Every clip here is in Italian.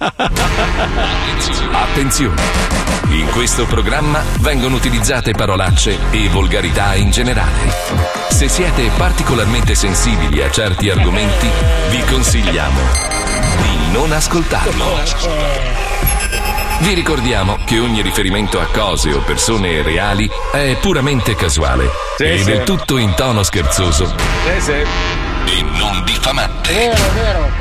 Attenzione! In questo programma vengono utilizzate parolacce e volgarità in generale. Se siete particolarmente sensibili a certi argomenti, vi consigliamo di non ascoltarlo. Vi ricordiamo che ogni riferimento a cose o persone reali è puramente casuale e del tutto in tono scherzoso e non diffamante. Vero.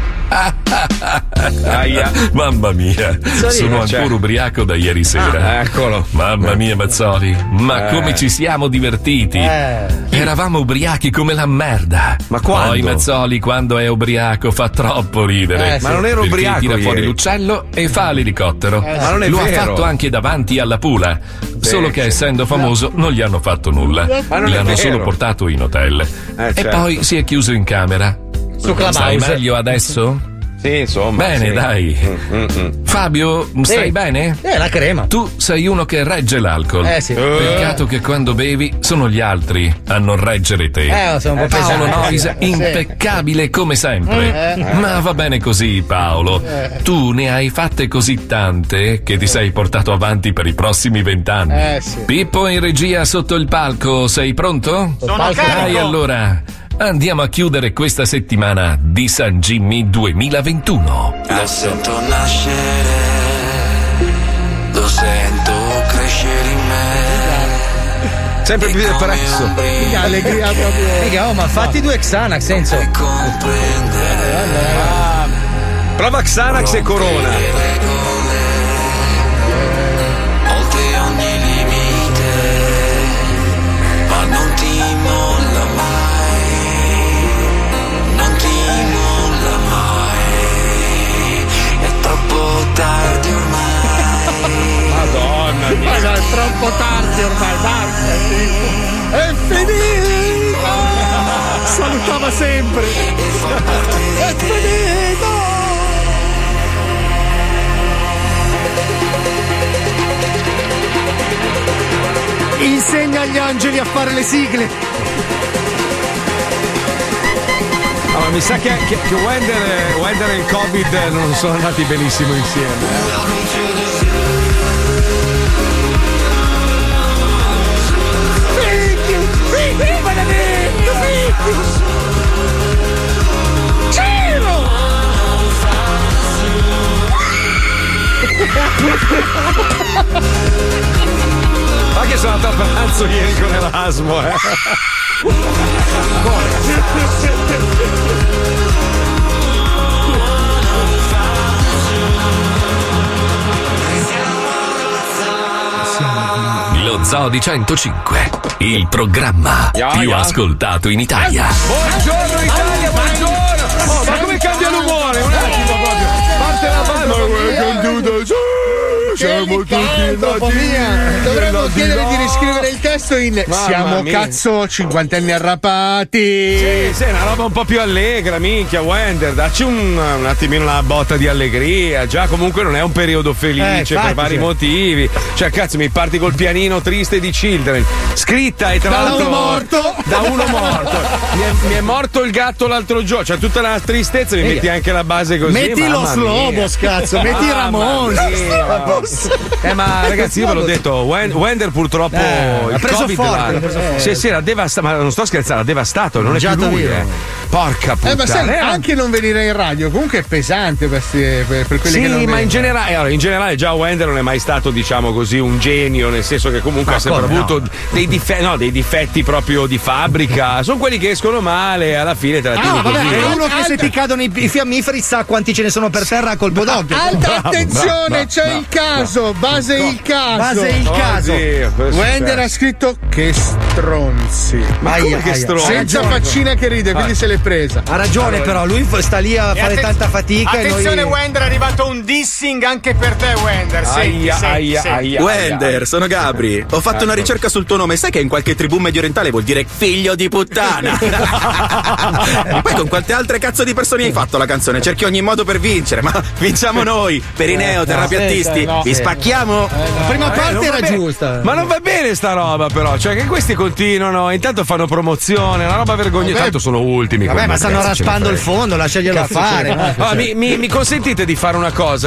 Mamma mia, sono ancora ubriaco da ieri sera. Eccolo. Mamma mia, Mazzoli, ma come ci siamo divertiti. Eravamo ubriachi come la merda. Ma quando? Poi Mazzoli, quando è ubriaco, fa troppo ridere. Ma non ero ubriaco tira ieri. fuori l'uccello e fa l'elicottero. Ma non è Lo vero. ha fatto anche davanti alla Pula. Solo che essendo famoso non gli hanno fatto nulla. Ma non Li è hanno vero. solo portato in hotel. E certo. poi si è chiuso in camera. Su Clubhouse. Stai meglio adesso? Sì, insomma. Bene, sì. dai. Fabio, stai bene? La crema. Tu sei uno che regge l'alcol. Sì. Peccato che quando bevi sono gli altri a non reggere te. Sono un po' Paolo pesante. Nois, impeccabile come sempre. Ma va bene così, Paolo. Tu ne hai fatte così tante che ti sei portato avanti per i prossimi 20 anni. Sì. Pippo in regia sotto il palco, sei pronto? Sono Dai allora. Andiamo a chiudere questa settimana di San Jimmy 2021. Lo sento nascere, lo sento crescere in me. Sempre più depresso. Allegria proprio. Mica, ma fatti 2 Xanax, senso. Prova Xanax e Corona. Oltre ogni limite, ma non ti molla mai, non ti molla mai, è troppo tardi ormai. Madonna mia. Ma è troppo tardi ormai, basta. È finito! Salutava sempre. È finito! Insegna agli angeli a fare le sigle. Ma mi sa che Wender e il Covid non sono andati benissimo insieme. Benedetto, Cielo! Ma che sono andato a pranzo ieri con Erasmo, Lo Zoo di 105, il programma più ascoltato in Italia. Buongiorno Italia, buongiorno! Oh, ma come cambia l'umore? Un attimo proprio. Parte la mano. Siamo tutti nati. Dovremmo chiedere di riscrivere il testo in Mamma siamo mia. cazzo cinquantenni arrapati. Sì, una roba un po' più allegra, minchia, Wender, dacci un attimino una botta di allegria. Già comunque non è un periodo felice infatti, per vari sì. motivi. Cioè, cazzo, mi parti col pianino triste di Children. Scritta e tra Da l'altro uno morto. Da uno morto. Mi è morto il gatto l'altro giorno. Cioè, tutta la tristezza, mi metti anche la base così. Metti lo mamma Slobos, mia. cazzo, metti Mamma Ramon. mia. Ma ragazzi, io ve l'ho detto, Wender purtroppo ha il preso Covid forte, l'ha preso forte. sì, l'ha devastato, ma non sto scherzando, l'ha devastato, non è più Mangiato lui. via. Porca puttana. Ma sai, anche non venire in radio comunque è pesante per quelli che non Sì, ma in vengono. generale già Wender non è mai stato, diciamo così, un genio, nel senso che comunque Ma ha sempre come avuto dei difetti proprio di fabbrica. Sono quelli che escono male, alla fine te la tieni vabbè, così. è uno che se ti cadono i fiammiferi sa quanti ce ne sono per terra a colpo d'occhio. Alta attenzione, c'è il caso, base il caso. Base il caso. Wender ha scritto che stronzi. Ma come che stronzi? Senza faccina che ride, quindi se l'è presa. Ha ragione, però lui sta lì a fare tanta fatica. Attenzione, e noi... Wender, è arrivato un dissing anche per te, Wender. Senti, senti. Wender, sono Gabri. Ho fatto una ricerca sul tuo nome. Sai che in qualche tribù mediorientale vuol dire figlio di puttana? Poi con quante altre cazzo di persone hai fatto la canzone? Cerchi ogni modo per vincere, ma vinciamo noi. Perineo, terrapiattisti. Vi spacchiamo? La prima parte non era va bene. giusta. Ma non va bene sta roba, però. Cioè, che questi continuano, intanto fanno promozione, una roba vergognosa. Tanto sono ultimi. Vabbè, ma stanno ragazzi, ce ne raspando il frega. fondo, lasciaglielo Cazzo, fare. mi consentite di fare una cosa?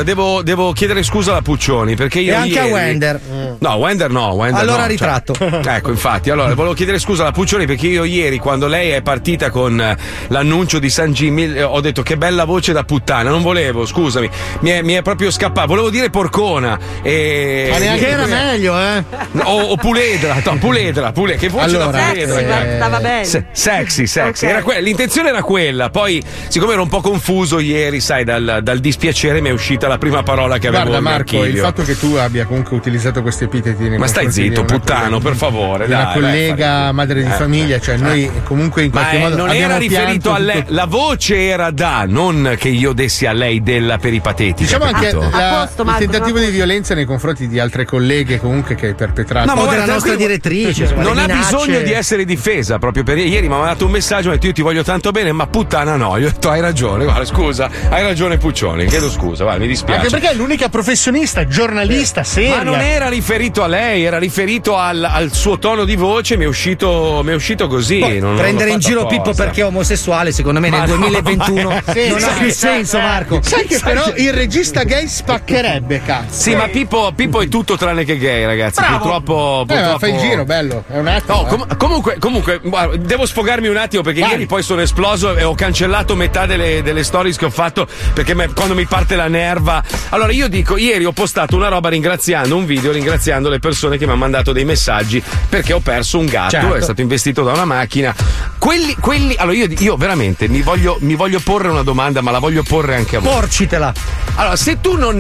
devo chiedere scusa alla Puccioni perché io e anche ieri... a Wender. No, Wender allora no, ritratto. Ecco, infatti, allora volevo chiedere scusa alla Puccioni perché io ieri, quando lei è partita con l'annuncio di San Jimmy, ho detto che bella voce da puttana. Non volevo, scusami, mi è proprio scappato. Volevo dire porcona. Ma neanche era meglio, O puledra, che voce da puledra. Stava bene. Sexy. Okay. L'intenzione era quella. Poi, siccome ero un po' confuso ieri, sai, dal dispiacere mi è uscita la prima parola che avevo. Guarda Marco, il fatto che tu abbia comunque utilizzato questi epiteti. Ma stai zitto, puttano, per favore. Una collega, madre di famiglia, cioè noi comunque in qualche modo non abbiamo era riferito a lei, tutto... la voce era non che io dessi a lei della peripatetica. Diciamo anche Marco, il tentativo di violenza nei confronti di altre colleghe comunque che hai perpetrato. No, ma della nostra direttrice. Non ha bisogno di essere difesa proprio per ieri mi ha mandato un messaggio, mi ha detto io ti voglio tanto bene, ma puttana no. Io ho detto hai ragione, guarda, scusa, hai ragione Puccioni, chiedo scusa, guarda, mi dispiace. Anche perché è l'unica professionista, giornalista, seria. Ma non era riferito a lei, era riferito al suo tono di voce, mi è uscito così. Poi, prendere in giro Pippo perché è omosessuale, secondo me nel 2021 non ha più senso, Marco. Sai che però il regista gay spaccherebbe, cazzo. Sì, ma Pippo è tutto tranne che gay, ragazzi. Purtroppo ma fai il giro, bello, è un attimo. No, comunque, guarda, devo sfogarmi un attimo perché ieri poi sono esploso e ho cancellato metà delle stories che ho fatto perché quando mi parte la nerva. Allora io dico, ieri ho postato una roba un video ringraziando le persone che mi hanno mandato dei messaggi perché ho perso un gatto, è stato investito da una macchina. Quelli allora io veramente mi voglio porre una domanda, ma la voglio porre anche a voi. Porcitela. Allora, se tu non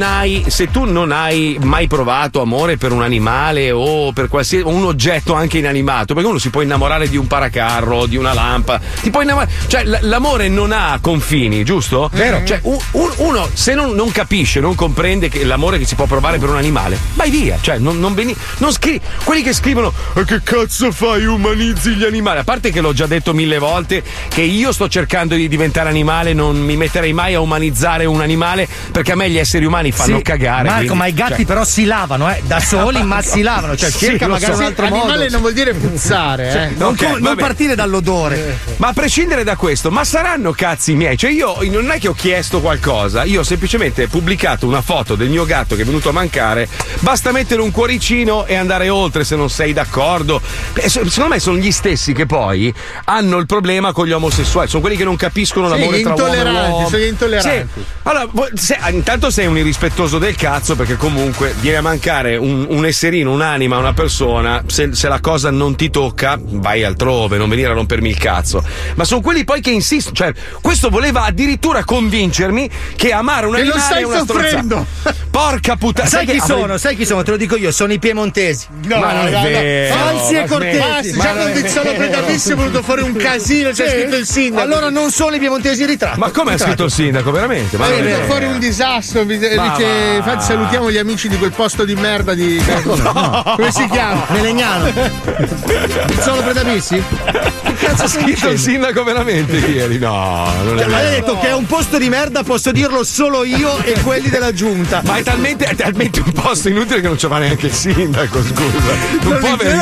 hai mai provato amore per un animale o per qualsiasi un oggetto anche inanimato, perché uno si può innamorare di un paracarro, di una lampa, ti puoi innamorare, cioè l'amore non ha confini, giusto? Vero. Cioè uno se non capisce, non comprende che l'amore che si può provare per un animale, vai via, cioè non scrivi, quelli che scrivono che cazzo fai, umanizzi gli animali, a parte che l'ho già detto 1000 volte che io sto cercando di diventare animale, non mi metterei mai a umanizzare un animale perché a me gli esseri umani fanno cagare. Marco, quindi, ma i gatti però si lavano, da soli, ma si lavano, cioè cerca magari un altro modo. Animale non vuol dire puzzare, non partire dall'odore. Ma a prescindere da questo, ma saranno cazzi miei, cioè io non è che ho chiesto qualcosa, io ho semplicemente pubblicato una foto del mio gatto che è venuto a mancare, basta mettere un cuoricino e andare oltre se non sei d'accordo. Secondo me sono gli stessi che poi hanno il problema con gli omosessuali, sono quelli che non capiscono l'amore tra uomo e uomo. Sono intolleranti. Sì. Allora, intanto sei un irrispettoso del cazzo perché comunque viene a mancare un esserino, un'anima, una persona, se la cosa non ti tocca vai altrove, non venire a rompermi il cazzo. Ma sono quelli poi che insistono, cioè questo voleva addirittura convincermi che amare un animale è una soffrendo. Porca puttana. Sai chi sono? Te lo dico io, sono i piemontesi. No, ma non è vero. Falsi e cortesi. Già con Vizzolo Predabissi è venuto fuori un casino, c'è scritto il sindaco. Allora non sono i piemontesi in ritratto. Ma come ha scritto il sindaco, veramente? Ma è venuto fuori un disastro. Infatti salutiamo gli amici di quel posto di merda di. Come si chiama? Melegnano. Vizzolo Predabissi? Che cazzo ha scritto il sindaco veramente ieri? No, non è vero. Ha detto che è un posto di merda, posso dirlo solo io e quelli della giunta. Ma è talmente un posto inutile che non ci va neanche il sindaco, scusa. Non può avere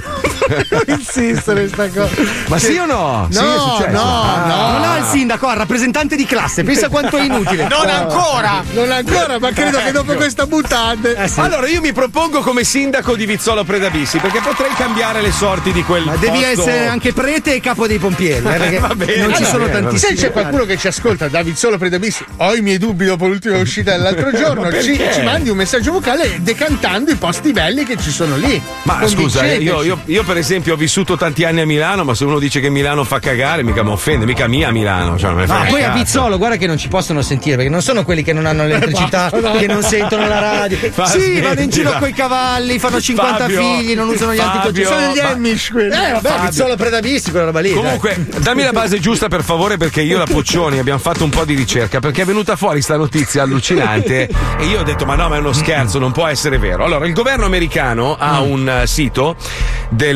non insistere sta cosa. Ma sì o no? No, no. Non ha il sindaco, ha il rappresentante di classe. Pensa quanto è inutile. Non ancora, ma credo che dopo questa buttata. Allora io mi propongo come sindaco di Vizzolo Predabissi perché potrei cambiare le sorti di quel ma posto. devi essere anche prete e capo dei pompieri, perché non ci sono tantissimi. Se c'è qualcuno che ci ascolta da Vizzolo Predabissi, ho i miei dubbi dopo l'ultima uscita dell'altro giorno, ci mandi un messaggio vocale decantando i posti belli che ci sono lì. Ma scusa, io per esempio ho vissuto tanti anni a Milano, ma se uno dice che Milano fa cagare, mica mi offende, mica mia Milano. Cioè, non ma poi a Vizzolo, guarda che non ci possono sentire, perché non sono quelli che non hanno l'elettricità, che non sentono la radio. Vanno in giro coi cavalli, fanno 50 figli, non usano gli anticoncezionali. Sono gli Amish quelli. Vabbè, Vizzolo Predabissi, quella roba lì. Comunque, dammi la base giusta per favore, perché io e la Puccioni abbiamo fatto un po' di ricerca, perché è venuta fuori sta notizia allucinante e io ho detto ma no, ma è uno scherzo, non può essere vero. Allora, il governo americano ha un sito del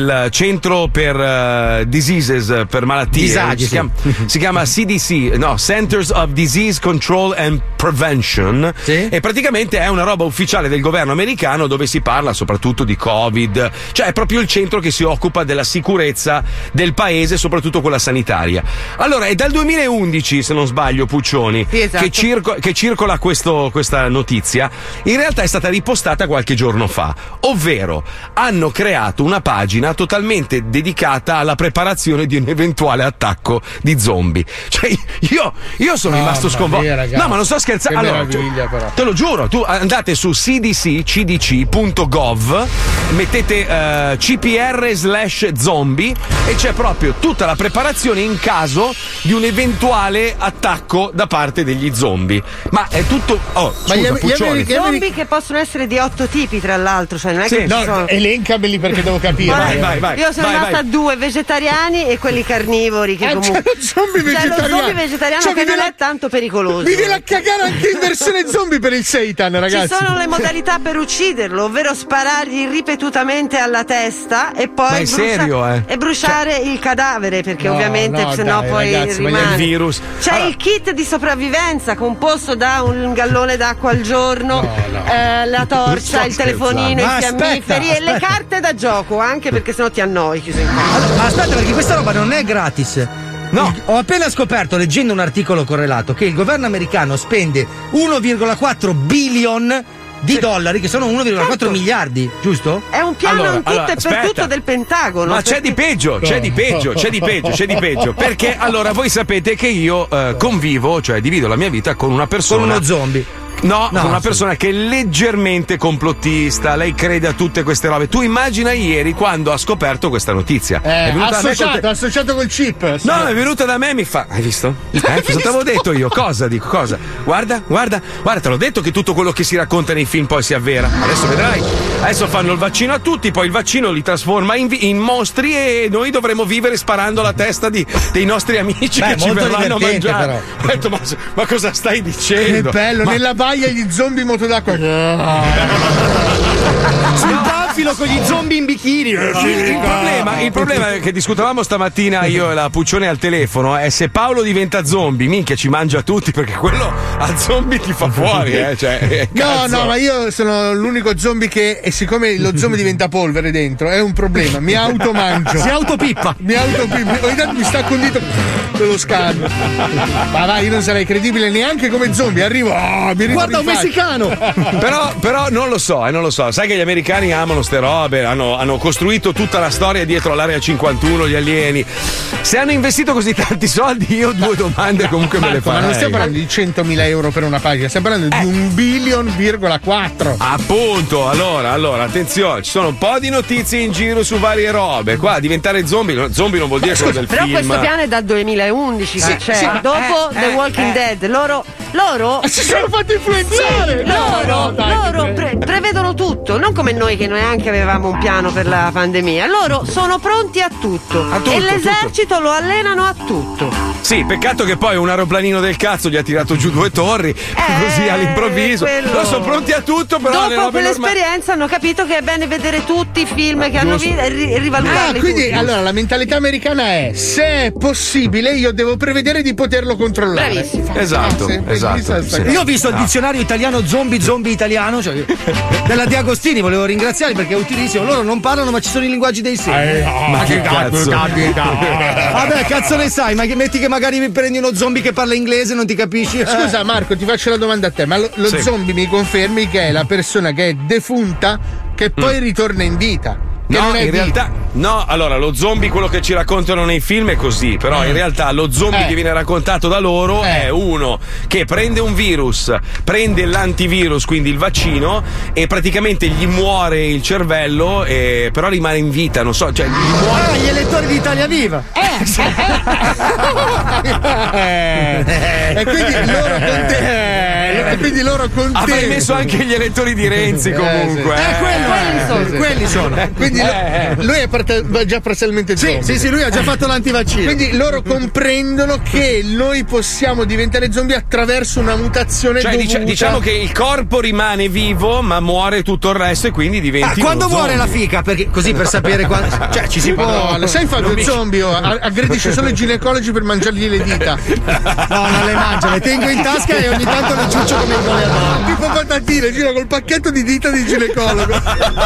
del centro per diseases, per malattie. Disagi, si chiama CDC, no, Centers of Disease Control and Prevention. Sì. E praticamente è una roba ufficiale del governo americano dove si parla soprattutto di Covid. Cioè è proprio il centro che si occupa della sicurezza del paese, soprattutto quella sanitaria. Allora, è dal 2011, se non sbaglio, Puccioni, sì, esatto, che circola questa notizia. In realtà è stata ripostata qualche giorno fa, ovvero hanno creato una pagina totalmente dedicata alla preparazione di un eventuale attacco di zombie. Cioè io sono rimasto sconvolto. No, ma non sto scherzando. Allora, però. te lo giuro, tu andate su cdc.gov, mettete CPR/zombie e c'è proprio tutta la preparazione in caso di un eventuale attacco da parte degli zombie. Ma è tutto. Oh, scusa, Puccioni. Zombie che possono essere di 8 tipi, tra l'altro. Cioè, non è che sono... elencameli perché devo capire. Vai. Io sono rimasta a 2 vegetariani e quelli carnivori. Che comunque. C'è lo zombie vegetariano che non è tanto pericoloso. Mi viene a cagare anche in versione zombie per il seitan, ragazzi. Ci sono le modalità per ucciderlo, ovvero sparargli ripetutamente alla testa e poi bruciare il cadavere, perché ovviamente sennò poi ragazzi, rimane il virus. C'è il kit di sopravvivenza composto da un gallone d'acqua al giorno, la torcia, il telefonino, i fiammiferi e le carte da gioco, anche perché sennò ti annoi chiuso in casa. Ma aspetta, perché questa roba non è gratis. No, ho appena scoperto, leggendo un articolo correlato, che il governo americano spende 1,4 billion di dollari, che sono 1,4 miliardi, giusto? È un piano in tutto e per tutto del Pentagono. Ma c'è di peggio. Perché allora voi sapete che io convivo, cioè divido la mia vita con una persona. Con uno zombie. No, una persona che è leggermente complottista, lei crede a tutte queste robe. Tu immagina ieri quando ha scoperto questa notizia. È venuta associato col chip. No, è venuta da me e mi fa: hai visto? Cosa ti avevo detto io? Cosa? Dico, cosa? Guarda, te l'ho detto che tutto quello che si racconta nei film poi si avvera. Adesso vedrai. Adesso fanno il vaccino a tutti, poi il vaccino li trasforma in mostri e noi dovremo vivere sparando alla testa dei nostri amici che ci verranno a mangiare. Però. Ho detto, ma cosa stai dicendo? Che bello, nella baia gli zombie in moto d'acqua. Sul panfilo con gli zombie in bikini. Il problema è che discutevamo stamattina io e la Puccione al telefono è se Paolo diventa zombie, minchia ci mangia tutti, perché quello a zombie ti fa fuori, cioè, no, ma io sono l'unico zombie che, e siccome lo zombie diventa polvere dentro, è un problema, mi automangio. Si autopippa. Ogni tanto mi stacco un dito e lo scanno. Ma vai, io non sarei credibile neanche come zombie, arrivo, guarda un messicano. però non lo so. Sai che gli americani amano ste robe, hanno costruito tutta la storia dietro all'area 51, gli alieni. Se hanno investito così tanti soldi, io due domande comunque me le farei. Ma non stiamo parlando di 100.000 euro per una pagina, stiamo parlando di 1,4 billion. Appunto, allora, attenzione, ci sono un po' di notizie in giro su varie robe. Qua diventare zombie non vuol dire quello del però film. Però questo piano è dal 2011 che c'è. Dopo The Walking Dead, loro si sono fatti influenzare. Loro prevedono tutto, non come noi che neanche avevamo un piano per la pandemia. Loro sono pronti a tutto e l'esercito lo allenano a tutto. Sì, peccato che poi un aeroplanino del cazzo gli ha tirato giù 2 torri così all'improvviso. Loro sono pronti a tutto, però dopo quell'esperienza hanno capito che è bene vedere tutti i film che hanno visto e rivalutarli. Quindi tutti. allora la mentalità americana è: se è possibile io devo prevedere di poterlo controllare. Bravissimo. Esatto. Io ho visto il dizionario italiano zombie italiano, cioè, della Di Agostini, volevo ringraziarli perché è utilissimo. Loro non parlano, ma ci sono i linguaggi dei segni. Ma che cazzo? Vabbè, cazzo ne sai, ma che metti che magari mi prendi uno zombie che parla inglese, non ti capisci? Scusa Marco, ti faccio la domanda a te, ma lo zombie mi confermi che è la persona che è defunta che poi ritorna in vita? No, in realtà no, allora lo zombie, quello che ci raccontano nei film è così, però in realtà lo zombie che viene raccontato da loro è uno che prende un virus, prende l'antivirus, quindi il vaccino, e praticamente gli muore il cervello, però rimane in vita, non so, cioè gli muore. Gli elettori di Italia Viva! E quindi loro con te. Avrei messo anche gli elettori di Renzi comunque. Quelli sono. Quindi lui è già parzialmente zombie. Sì, lui ha già fatto l'antivaccino. Quindi loro comprendono che noi possiamo diventare zombie attraverso una mutazione dovuta. Diciamo che il corpo rimane vivo, ma muore tutto il resto e quindi diventi quando muore zombie. la fica? Perché così per sapere quando. Cioè, ci si può. Sai Fabio zombie aggredisce solo i ginecologi per mangiargli le dita. No, non le mangio, le tengo in tasca e ogni tanto le ciuccio come il goleador. Tipo patatine, gira col pacchetto di dita di ginecologo.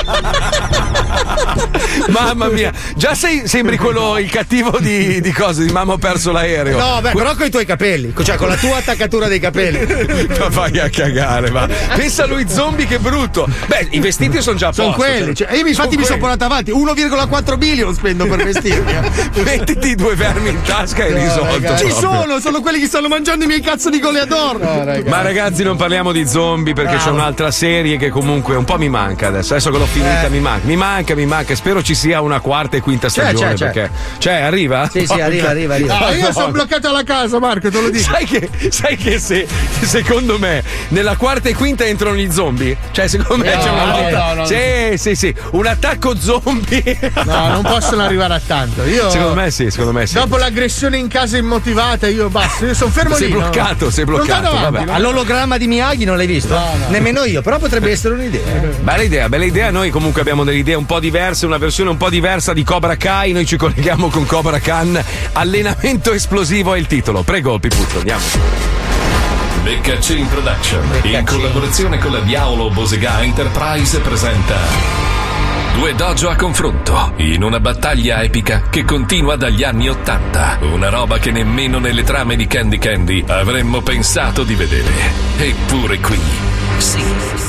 Mamma mia, già sembri quello il cattivo di cosa? Di Mamma ho perso l'aereo. No, beh, però con i tuoi capelli, cioè con la tua attaccatura dei capelli. Ma vai a cagare, ma pensa a lui zombie, che brutto. Beh, i vestiti sono già a posto. Sono quelli, cioè, io infatti mi sono portato avanti 1,4 billion spendo per vestirmi. Mettiti 2 vermi in tasca e risolto. Ci sono quelli che stanno mangiando i miei cazzo di goleador. Ma ragazzi, non parliamo di zombie perché c'è un'altra serie che comunque un po' mi manca adesso che l'ho finita, mi manca. Spero ci sia una quarta e quinta stagione perché arriva? Sì, arriva. Io sono bloccato alla casa, Marco, te lo dico. Sai che se secondo me nella quarta e quinta entrano gli zombie? Cioè, secondo me c'è una lotta. No. Sì. Un attacco zombie. No, non possono arrivare a tanto. Secondo me sì. Dopo l'aggressione in casa immotivata, io sono fermo lì. Sei bloccato. Vabbè. All'ologramma di Miyagi non l'hai visto? No. Nemmeno io, però potrebbe essere un'idea. Bella idea. Noi comunque abbiamo delle idee un po' diverse, una versione un po' diversa di Cobra Kai. Noi ci colleghiamo con Cobra Khan. Allenamento esplosivo è il titolo. Prego, Pipuzzo, andiamo. Beccacin Production, in collaborazione con la Diavolo Bosega Enterprise, presenta Due dojo a confronto, in una battaglia epica che continua dagli anni '80. Una roba che nemmeno nelle trame di Candy Candy avremmo pensato di vedere. Eppure qui, sì.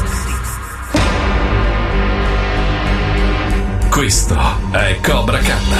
Questo è Cobra Khan.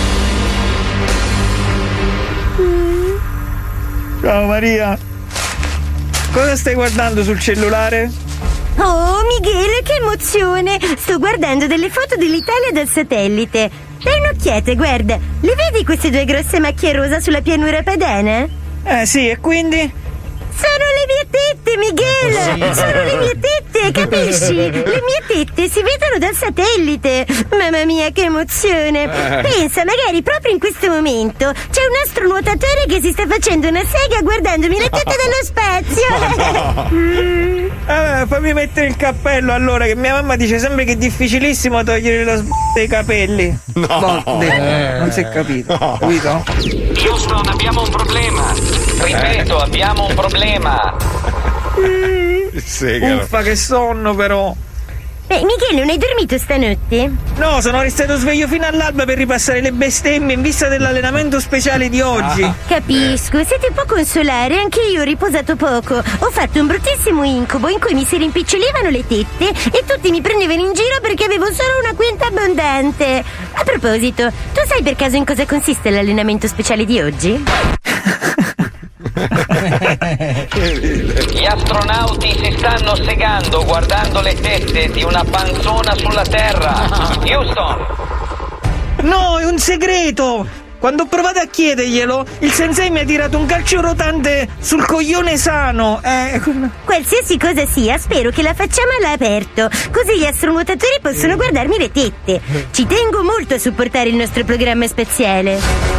Ciao Maria. Cosa stai guardando sul cellulare? Oh, Michele, che emozione! Sto guardando delle foto dell'Italia dal satellite. Dai un'occhiata, guarda. Le vedi queste 2 grosse macchie rosa sulla pianura padana? Sì, e quindi? Sono le mie tette, Miguel! Sono le mie tette, capisci? Le mie tette si vedono dal satellite. Mamma mia, che emozione! Pensa, magari proprio in questo momento c'è un astronuotatore che si sta facendo una sega guardandomi le tette dallo spazio. Fammi mettere il cappello allora, che mia mamma dice sempre che è difficilissimo togliere lo dei capelli. Non si è capito. Capito? Houston, abbiamo un problema. Ripeto, abbiamo un problema. Uffa, che sonno però. Beh, Michele, non hai dormito stanotte? No, sono restato sveglio fino all'alba per ripassare le bestemmie in vista dell'allenamento speciale di oggi. Capisco, siete un po' consolare, anche io ho riposato poco. Ho fatto un bruttissimo incubo in cui mi si rimpicciolivano le tette e tutti mi prendevano in giro perché avevo solo una quinta abbondante. A proposito, tu sai per caso in cosa consiste l'allenamento speciale di oggi? Gli astronauti si stanno segando guardando le tette di una panzona sulla Terra. Houston! No, è un segreto! Quando ho provato a chiederglielo, il sensei mi ha tirato un calcio rotante sul coglione sano. Qualsiasi cosa sia, spero che la facciamo all'aperto, così gli astronuotatori possono guardarmi le tette. Ci tengo molto a supportare il nostro programma spaziale.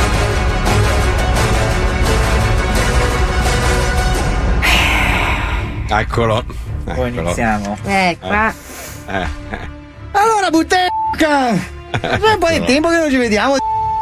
Eccolo. Poi iniziamo. Qua. Allora, Butecca! C'è un po' di tempo che non ci vediamo.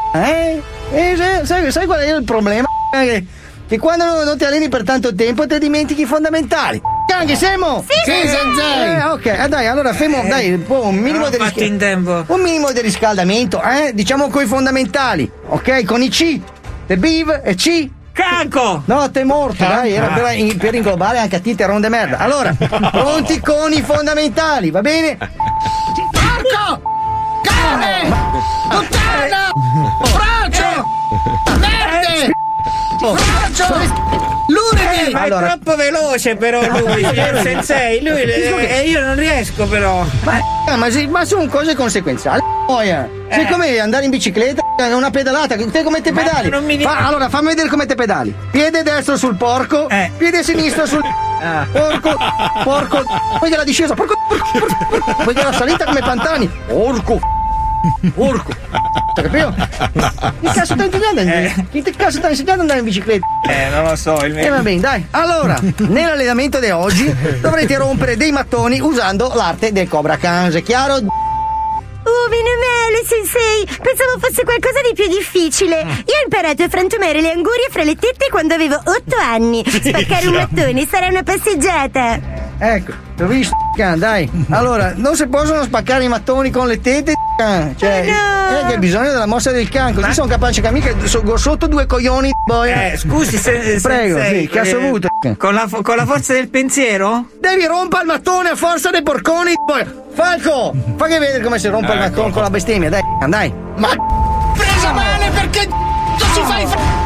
Sai qual è il problema? Che quando non ti alleni per tanto tempo ti dimentichi i fondamentali. Anche Semo? Sì, sensei. Ok, dai, allora femo, dai, un minimo di riscaldamento. Un minimo di riscaldamento, diciamo coi fondamentali. Ok, con i C. The Beef e C. Canco! No, te morto, dai, era per inglobare anche a te ronde merda. Allora, pronti con i fondamentali, va bene? Porco! Cane! Puttana! Fraccio! Merde! Fraccio! Lunedì! Ma allora, è troppo veloce però lui, sensei, lui io non riesco però. Ma sono cose conseguenziali. Siccome andare in bicicletta è una pedalata, te come te pedali? Allora fammi vedere come te pedali. Piede destro sul porco, piede sinistro sul porco, poi della discesa, porco, poi della salita come Pantani, porco. Porco. Capito? Che cazzo stai insegnando? Chi ti cazzo sta insegnando ad andare in bicicletta? Non lo so. Va bene, dai. Allora, nell'allenamento di oggi dovrete rompere dei mattoni usando l'arte del Cobra Khan, è chiaro? Meno male, Sensei! Pensavo fosse qualcosa di più difficile. Io ho imparato a frantumare le angurie fra le tette quando avevo 8 anni. Spaccare un mattone sarà una passeggiata. Ecco, l'ho visto, dai. Allora, non si possono spaccare i mattoni con le tette, cioè, che hai bisogno della mossa del can, così sono capace che mica sotto 2 coglioni, boia. Scusi, prego, Sensei, sì, che ha saputo. Con la forza del pensiero? Devi rompere il mattone a forza dei porconi, boia. Falco, fai vedere come si rompe il mattone con la bestemmia, dai. Ma presa male perché tu si fai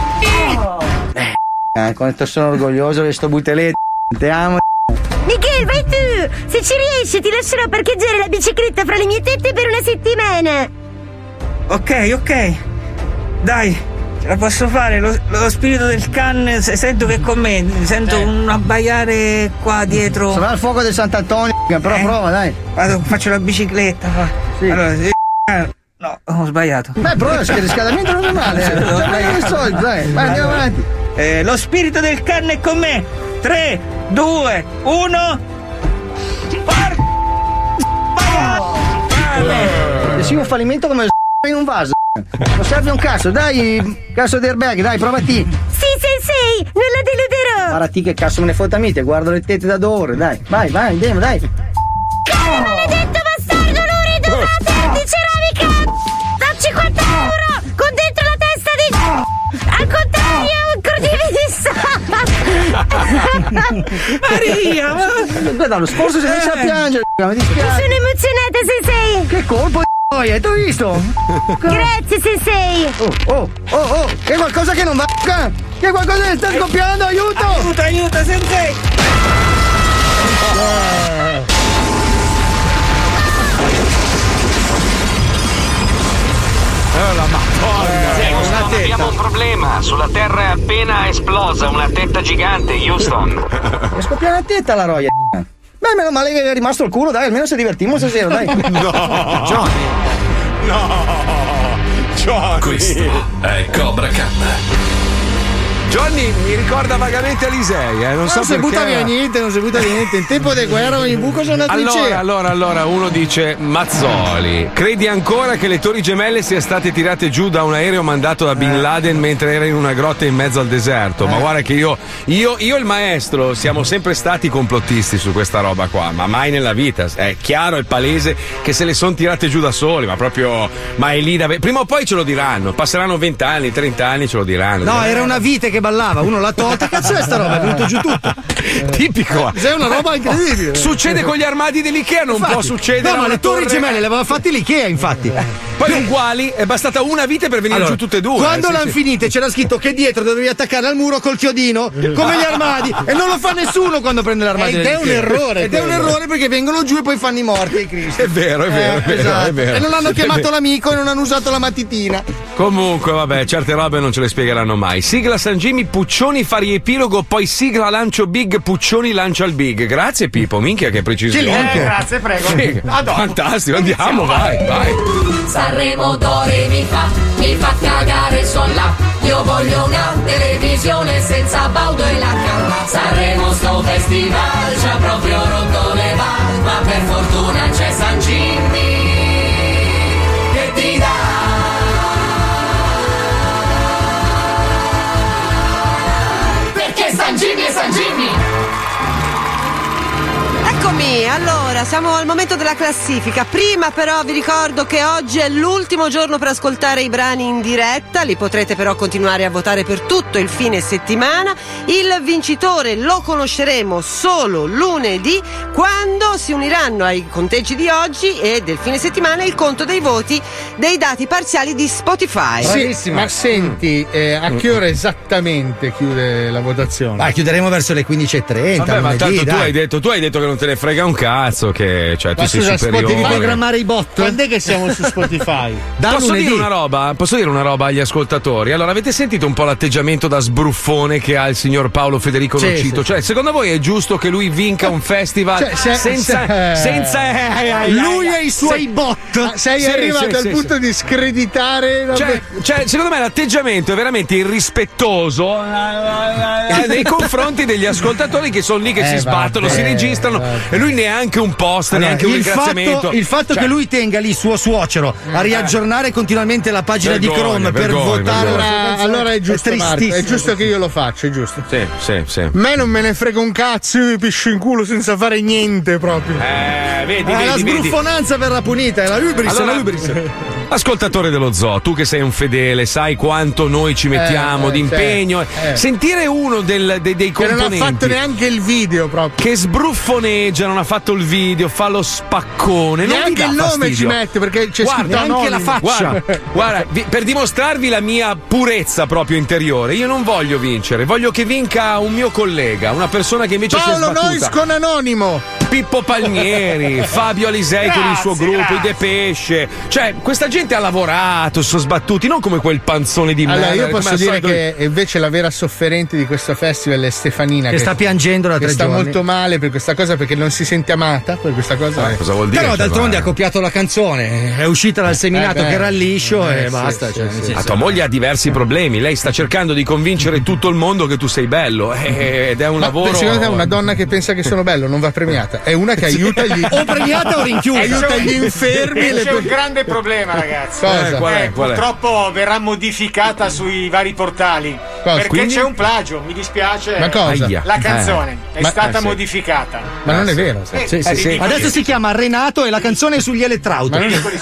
quanto sono orgoglioso di sto buteletto, ti amo. Miguel, vai tu! Se ci riesci ti lascerò parcheggiare la bicicletta fra le mie tette per una settimana. Ok. Dai, ce la posso fare. Lo spirito del can sento che è con me. Sento un abbaiare qua dietro. Sarà il fuoco del Sant'Antonio, però prova, dai. Vado, faccio la bicicletta. Sì. Allora, no, ho sbagliato. Beh, però il riscaldamento non è male. Dai, vai, andiamo avanti. Lo spirito del can è con me. 3, 2, 1. Sì, un fallimento come in un vaso. Non serve un cazzo, dai, cazzo di airbag, dai, provati. Sì, Sensei, non la deluderò. Guarda che cazzo me ne fotta a me, guardo le tette da 2 ore, dai, vai, andiamo, dai. Caro maledetto bastardo lurido, la testa di ceramica da 50 euro con dentro la testa di... Al contrario, un crocifisso. Maria, Guarda, lo scorso si è messo a piangere, mi dispiace. Sono emozionata, Sensei. Che colpo di hai tu visto? Grazie, Sensei. Oh, c'è qualcosa che non va? C'è qualcosa che sta scoppiando, aiuto! Aiuto, Sensei! La Madonna! Abbiamo un problema. Sulla Terra è appena esplosa una tetta gigante, Houston. Mi scoppia una tetta la roia. Beh, meno male che è rimasto il culo, dai, almeno se divertimmo stasera, dai. No! Johnny! Questo è Cobra Khan. Johnny mi ricorda vagamente Alisei, non so non si butta via niente. In tempo di guerra ogni buco sono una trincea. Allora, uno dice: Mazzoli, credi ancora che le torri gemelle siano state tirate giù da un aereo mandato da Bin Laden mentre era in una grotta in mezzo al deserto? Ma guarda che io e il maestro siamo sempre stati complottisti su questa roba qua, ma mai nella vita. È chiaro, è palese che se le sono tirate giù da soli, ma proprio, ma è lì da... Prima o poi ce lo diranno, passeranno 20 anni, 30 anni, ce lo diranno. No, era una vite che ballava, uno l'ha tolta. Cazzo è sta roba? È venuto giù tutto. Tipico. È una roba incredibile. Succede con gli armadi dell'Ikea, non può succedere. No, ma le torri gemelle le aveva fatte l'Ikea, infatti. Poi uguali, è bastata una vite per venire giù tutte e due. Quando l'hanno finite c'era scritto che dietro dovevi attaccare al muro col chiodino, come gli armadi, e non lo fa nessuno quando prende l'armadio. Ed è un errore. Ed è un errore perché vengono giù e poi fanno i morti ai Cristi. È vero, esatto. è vero. E non hanno chiamato l'amico e non hanno usato la matitina. Comunque, vabbè, certe robe non ce le spiegheranno mai. Sigla San Jimmy, Puccioni fa riepilogo, poi sigla lancio Big, Puccioni lancia il Big. Grazie Pippo, minchia che precisione. Grazie, prego. Sì, fantastico, andiamo, vai. Sanremo d'ore mi fa cagare son là. Io voglio una televisione senza Baudo e la Calla. Sanremo sto festival ci ha proprio rotto le balle, ma per fortuna c'è San Jimmy che ti dà. Perché San Jimmy è San Jimmy. Eccomi, allora siamo al momento della classifica. Prima però vi ricordo che oggi è l'ultimo giorno per ascoltare i brani in diretta, li potrete però continuare a votare per tutto il fine settimana. Il vincitore lo conosceremo solo lunedì, quando si uniranno ai conteggi di oggi e del fine settimana il conto dei voti dei dati parziali di Spotify. Sì, ma senti, a che ora esattamente chiude la votazione? Chiuderemo verso le 15:30. Vabbè, ma tanto tu hai detto che non te ne frega un cazzo che cioè, tu sei superiore. Devi programmare i bot. Quando è che siamo su Spotify? Posso dire una roba agli ascoltatori? Allora, avete sentito un po' l'atteggiamento da sbruffone che ha il signor Paolo Federico Nocito? Cioè, secondo voi è giusto che lui vinca un festival senza lui e i suoi bot? Sei arrivato al punto di screditare. Cioè, secondo me l'atteggiamento è veramente irrispettoso nei confronti degli ascoltatori che sono lì che si sbattono, si registrano e lui neanche un post, neanche un ringraziamento. Il fatto che lui tenga lì suo suocero a riaggiornare continuamente la pagina di Chrome per votare allora è giusto, Marco, è giusto che io lo faccia, è giusto. Sì. Me non me ne frega un cazzo, io mi piscio in culo senza fare niente proprio. Vedi, la sbruffonanza verrà punita, è la hubris. Ascoltatore dello zoo, tu che sei un fedele, sai quanto noi ci mettiamo d'impegno. Sentire uno dei componenti che non ha fatto neanche il video proprio, che sbruffoneggia, non ha fatto il video, fa lo spaccone, non neanche vi dà il nome fastidio? ci mette perché c'è scritto anche la faccia. Guarda, per dimostrarvi la mia purezza proprio interiore, io non voglio vincere, voglio che vinca un mio collega, una persona che invece si è sbattuta. Paolo Nois con Anonimo, Pippo Palmieri, Fabio Alisei con il suo gruppo, i Depesce. Cioè, questa gente ha lavorato, sono sbattuti, non come quel panzone di merda. Allora, io posso dire che invece la vera sofferente di questo festival è Stefanina, che sta piangendo da 3 giorni. Sta molto male per questa cosa, perché non si sente amata per questa cosa. Cosa vuol dire? Però d'altronde ha copiato la canzone, è uscita dal seminato che era liscio e basta. A tua moglie ha diversi problemi, lei sta cercando di convincere tutto il mondo che tu sei bello ed è un lavoro. Secondo te una donna che pensa che sono bello non va premiata? È una che aiuta gli o premiata o rinchiusa. Aiuta gli infermi. C'è un grande problema, ragazzi. Qual è? Purtroppo verrà modificata sui vari portali. Perché Quindi? c'è un plagio, mi dispiace. Ma cosa? La canzone è stata modificata. Ma non è vero. Sì. Adesso si chiama Renato e la canzone è sugli elettrauto.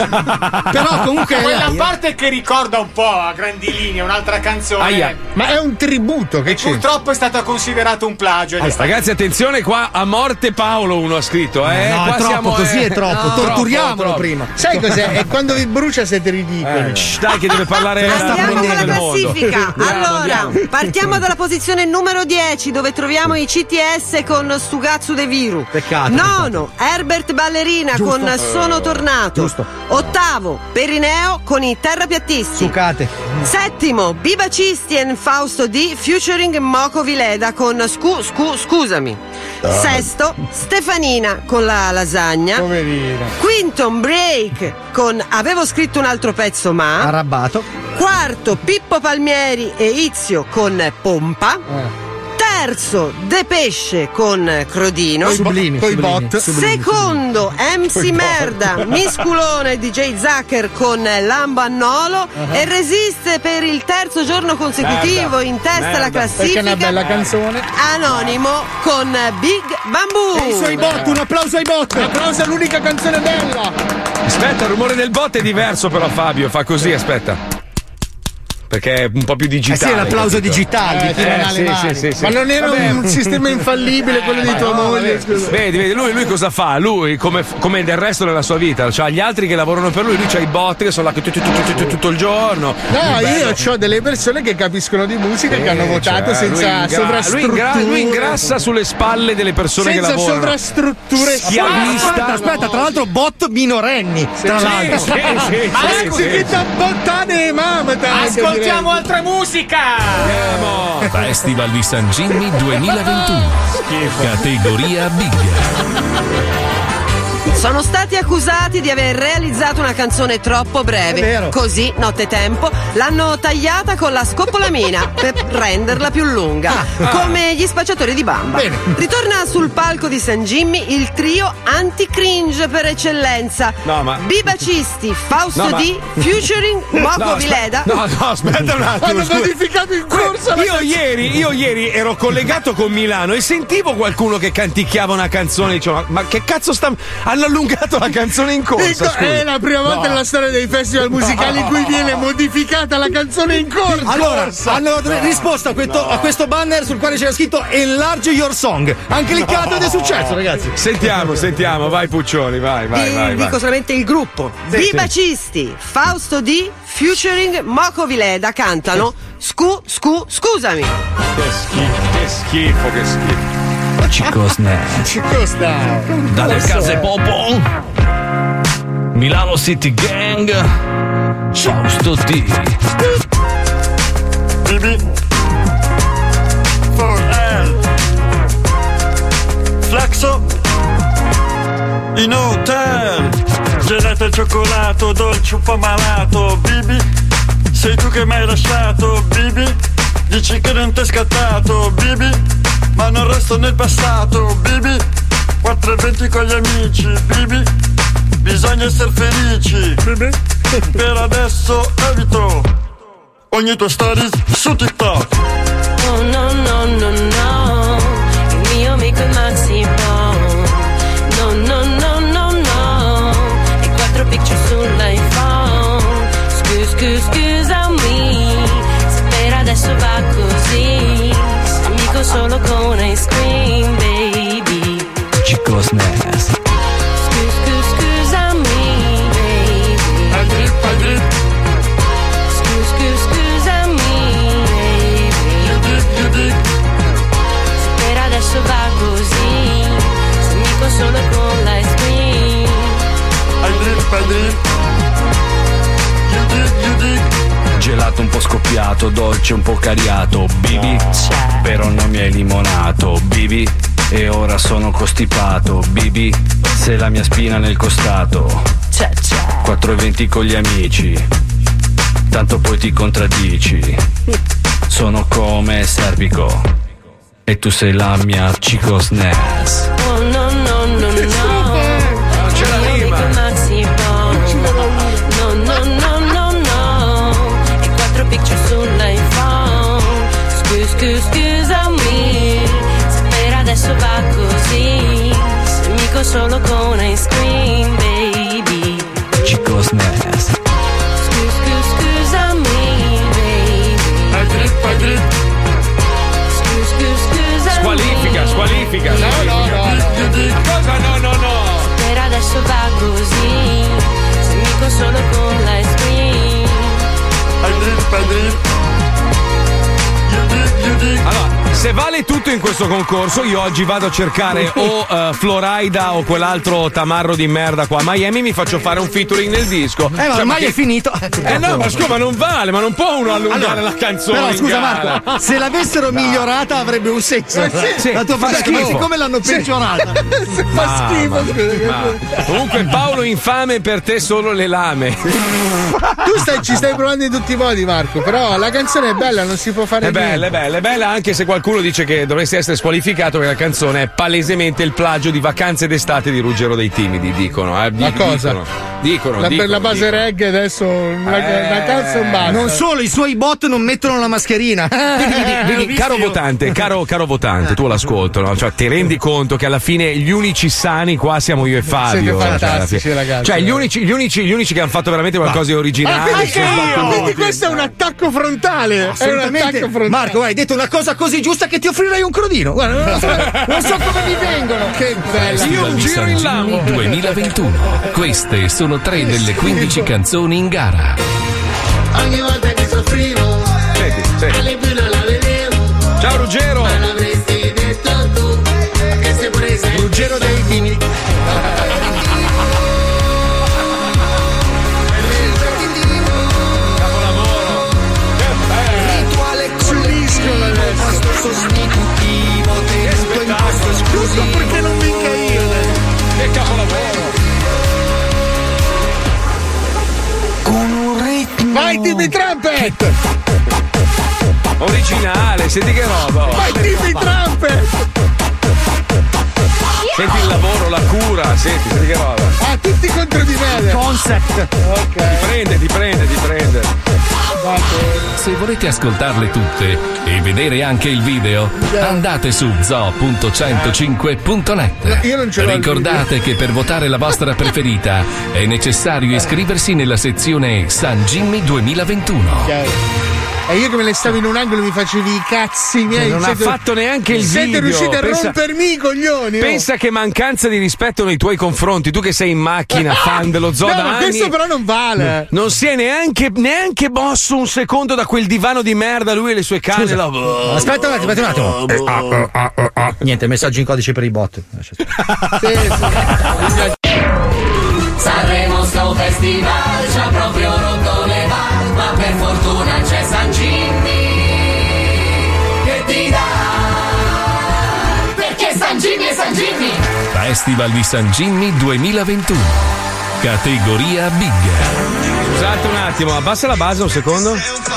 Però comunque quella parte che ricorda un po' a grandi linee un'altra canzone. Ma è un tributo che c'è. Purtroppo è stata considerato un plagio. Ragazzi, attenzione, qua a morte Paolo uno ha scritto. No, qua è troppo, così è troppo. No, torturiamolo troppo. prima. Sai cos'è? E quando vi brucia siete ridicoli. Dai, che deve parlare. Andiamo con la del mondo. classifica. Allora, partiamo dalla posizione numero 10, dove troviamo i CTS con Sugatsu De Viru. Peccato. Nono, Herbert Ballerina con Sono Tornato. Giusto. Ottavo, Perineo con i Terrapiattisti. Sucate. Settimo, Biba Cistien Fausto D featuring Moco Vileda con Scusami. Sesto, Stefanina con la lasagna. Poverina. Quinto, Break con Avevo scritto un altro pezzo ma. Arrabbato. Quarto, Pippo Palmieri e Izio con Pompa. Terzo, Depesce con Crodino. Sublimi. bot. Secondo, MC Merda, Misculone e DJ Zucker con Lambo Annolo. E resiste per il terzo giorno consecutivo in testa alla classifica. Perché è una bella canzone. Anonimo con Big Bamboo. E i suoi bot, un applauso ai bot. Un applauso all'unica canzone bella. Aspetta, il rumore del bot è diverso però, Fabio, fa così, aspetta. Perché è un po' più digitale. Sì, l'applauso digitale. Sì. Ma non era un sistema infallibile quello di tua moglie? Vedi, lui cosa fa? Lui, come del resto della sua vita, c'ha gli altri che lavorano per lui c'ha i bot che sono là tutto il giorno. No, io ho delle persone che capiscono di musica che hanno votato senza sovrastrutture. Lui ingrassa sulle spalle delle persone che lavorano. Senza sovrastrutture. Aspetta, tra l'altro bot minorenni. Tra l'altro. Che da bottane mamma. Ascoltiamo altra musica! Andiamo! Festival di San Gimmi 2021. Categoria Big. Sono stati accusati di aver realizzato una canzone troppo breve. Così, nottetempo, l'hanno tagliata con la scoppolamina per renderla più lunga. Come gli spacciatori di bamba. Bene. Ritorna sul palco di San Jimmy il trio anti-cringe per eccellenza. Bibacisti, Fausto D, featuring Moco Vileda. No, aspetta un attimo. Hanno modificato in corsa. Io ieri ero collegato con Milano e sentivo qualcuno che canticchiava una canzone. Dicevo, ma che cazzo hanno allungato la canzone in corsa? È la prima volta nella storia dei festival musicali in cui viene modificata la canzone in corsa. Allora, hanno risposto a questo banner sul quale c'era scritto Enlarge Your Song. Han cliccato ed è successo, ragazzi. Sentiamo, vai Puccioni, vai. Dico solamente il gruppo. Bibacisti, Fausto D, featuring Moco Vileda cantano Scusami. Che schifo. Cicosna. Dalle case Popo, Milano City Gang, Fausto D. Bibi, 4L, Flaxo, in hotel, gelato al cioccolato, dolce un po' malato. Bibi, sei tu che mi hai lasciato. Bibi, dici che non t'è scattato. Bibi, ma non resto nel passato. Bibi, 4:20 con gli amici. Bibi, bisogna essere felici. Bibi, per adesso evito ogni tua stories su TikTok. Oh no no no no, il mio amico è Maxi Bone. No no no no no, e 4 picture sull'iPhone. Scusami, se per adesso va così, amico solo con ice cream, baby. Cicosnes. Scusami, baby. Al drip, al drip. Scusami, baby. Se per adesso va così, sei amico solo con l'ice cream. Al drip, al drip. Gelato un po' scoppiato, dolce un po' cariato. Bibi, però non mi hai limonato. Bibi, e ora sono costipato. Bibi, sei la mia spina nel costato. 4:20 con gli amici, tanto poi ti contraddici. Sono come Serpico e tu sei la mia Cicosnes. Oh no no no no, c'è la rima. No no no no no, e 4 picture sull'iPhone. Scusami, se per adesso va così, sei amico solo con ice cream, baby. Cicosnes. Scusami, baby. Al drip, al drip. Scusami. Squalifica. Cosa no? Per adesso va così, sei amico solo con l'ice cream. Al drip, al drip. Allora, se vale tutto in questo concorso, io oggi vado a cercare o Florida o quell'altro tamarro di merda qua a Miami, mi faccio fare un featuring nel disco. Ma ormai è finito. No, ma scusa, ma non vale, ma non può uno allungare la canzone. Però scusa, in gara. Marco, se l'avessero migliorata avrebbe un senso. Sì, la tua fa schifo. siccome l'hanno peggiorata. Fa schifo. Comunque, Paolo infame, per te solo le lame. Tu ci stai provando in tutti i modi, Marco, però la canzone è bella, non si può fare niente. È bella, anche se qualcuno dice che dovresti essere squalificato perché la canzone è palesemente il plagio di Vacanze d'estate di Ruggero dei Timidi, dicono. Ma cosa? Dicono. Per la base reggae adesso una canzone basta. Non solo, i suoi bot non mettono la mascherina. Vedi, caro votante, tu l'ascolto, no? Cioè, ti rendi conto che alla fine gli unici sani qua siamo io e Fabio. Siete fantastici, ragazzi. Cioè, gli unici che hanno fatto veramente qualcosa di originale. Quindi questo è un attacco frontale. Assolutamente. Marco, hai detto una cosa così giusta che ti offrirei un crodino. Guarda, non so come mi vengono. Che bella. Io un giro in lampo. 2021. Queste sono 3 delle 15 canzoni in gara. Ogni volta che soffrivo, alle più non la vedevo. Ciao Ruggero. Ma l'avresti detto tu, che sei pure sei Ruggero dei Timidi. sostitutivo tenuto in posto esclusivo. Perché non vinca io? Che capolavoro! Con un ritmo. Vai Timmy Trumpet! Originale, senti che roba! Vai Timmy Trumpet! Senti il lavoro, la cura, senti che roba! Ah, tutti contro di me! Concept! Ok. Ti prende. Se volete ascoltarle tutte e vedere anche il video, andate su zoo.105.net. Io non ce l'ho. Ricordate che per votare la vostra preferita è necessario iscriversi nella sezione San Jimmy 2021. E io che me le stavo in un angolo mi facevi i cazzi miei. Non ha fatto neanche il siete video. Siete riusciti a rompermi i coglioni. Pensa che mancanza di rispetto nei tuoi confronti. Tu che sei in macchina, fan dello zoo da ma anni. questo però non vale. Non si è neanche mosso un secondo da quel divano di merda, lui e le sue canne. Aspetta un attimo. Niente, messaggio in codice per i bot. Sanremo sto festival ci ha proprio rotto le balle, ma per fortuna c'è San Jimmy che ti dà, perché San Jimmy è San Jimmy. Festival di San Jimmy 2021. Categoria Big. Scusate un attimo, abbassa la base un secondo.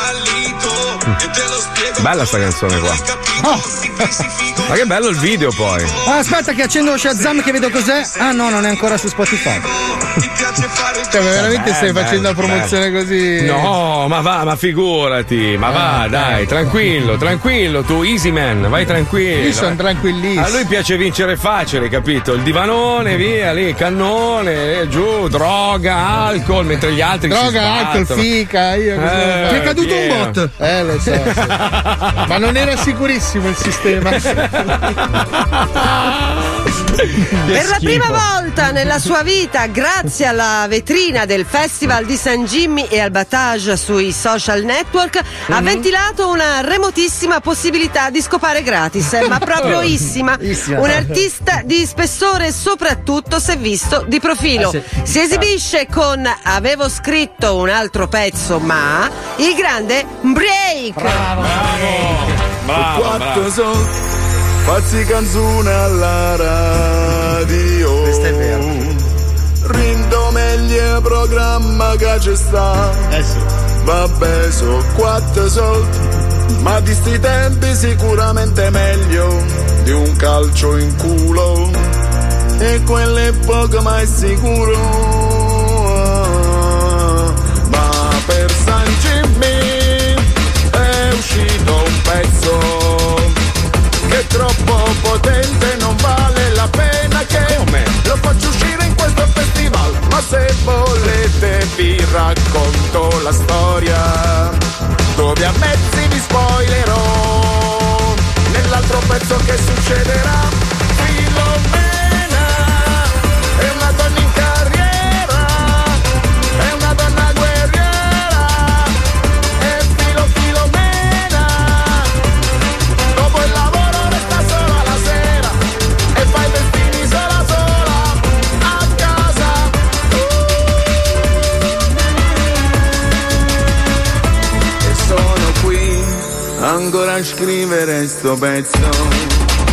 Bella sta canzone qua. Ma che bello il video poi. Aspetta che accendo Shazam che vedo cos'è. Ah no, non è ancora su Spotify. Cioè, ma veramente stai facendo la promozione così? No, ma figurati. Ma va, dai, tranquillo, tu, easy man, vai tranquillo. Io sono tranquillissimo. A lui piace vincere facile, capito? Il divanone, via, lì, cannone, giù, droga, alcol, mentre gli altri droga, alcol, fica, io Ti è caduto un bot? Lo so. Ma non era sicurissimo il sistema. Per la prima volta nella sua vita, grazie alla vetrina del Festival di San Jimmy e al battage sui social network, ha ventilato una remotissima possibilità di scopare gratis, ma proprio un artista di spessore, soprattutto se visto di profilo. Si esibisce con Avevo scritto un altro pezzo, ma il grande Break. Quattro soldi, fazzi canzone alla radio. Questo è vero. Rindo meglio programma che ci sta. Vabbè, so 4 soldi, ma di sti tempi sicuramente meglio di un calcio in culo. E quello è poco ma è sicuro. Ma per San Jimmy è uscito un pezzo che è troppo potente, non vale la pena che lo faccio uscire in questo festival. Ma se volete vi racconto la storia, dove a mezzi vi spoilerò nell'altro pezzo che succederà. Filomena è una donna in carriera, è una donna guerriera, e Filomena dopo il lavoro resta sola la sera e fa i destini sola a casa. E sono qui ancora a scrivere sto pezzo.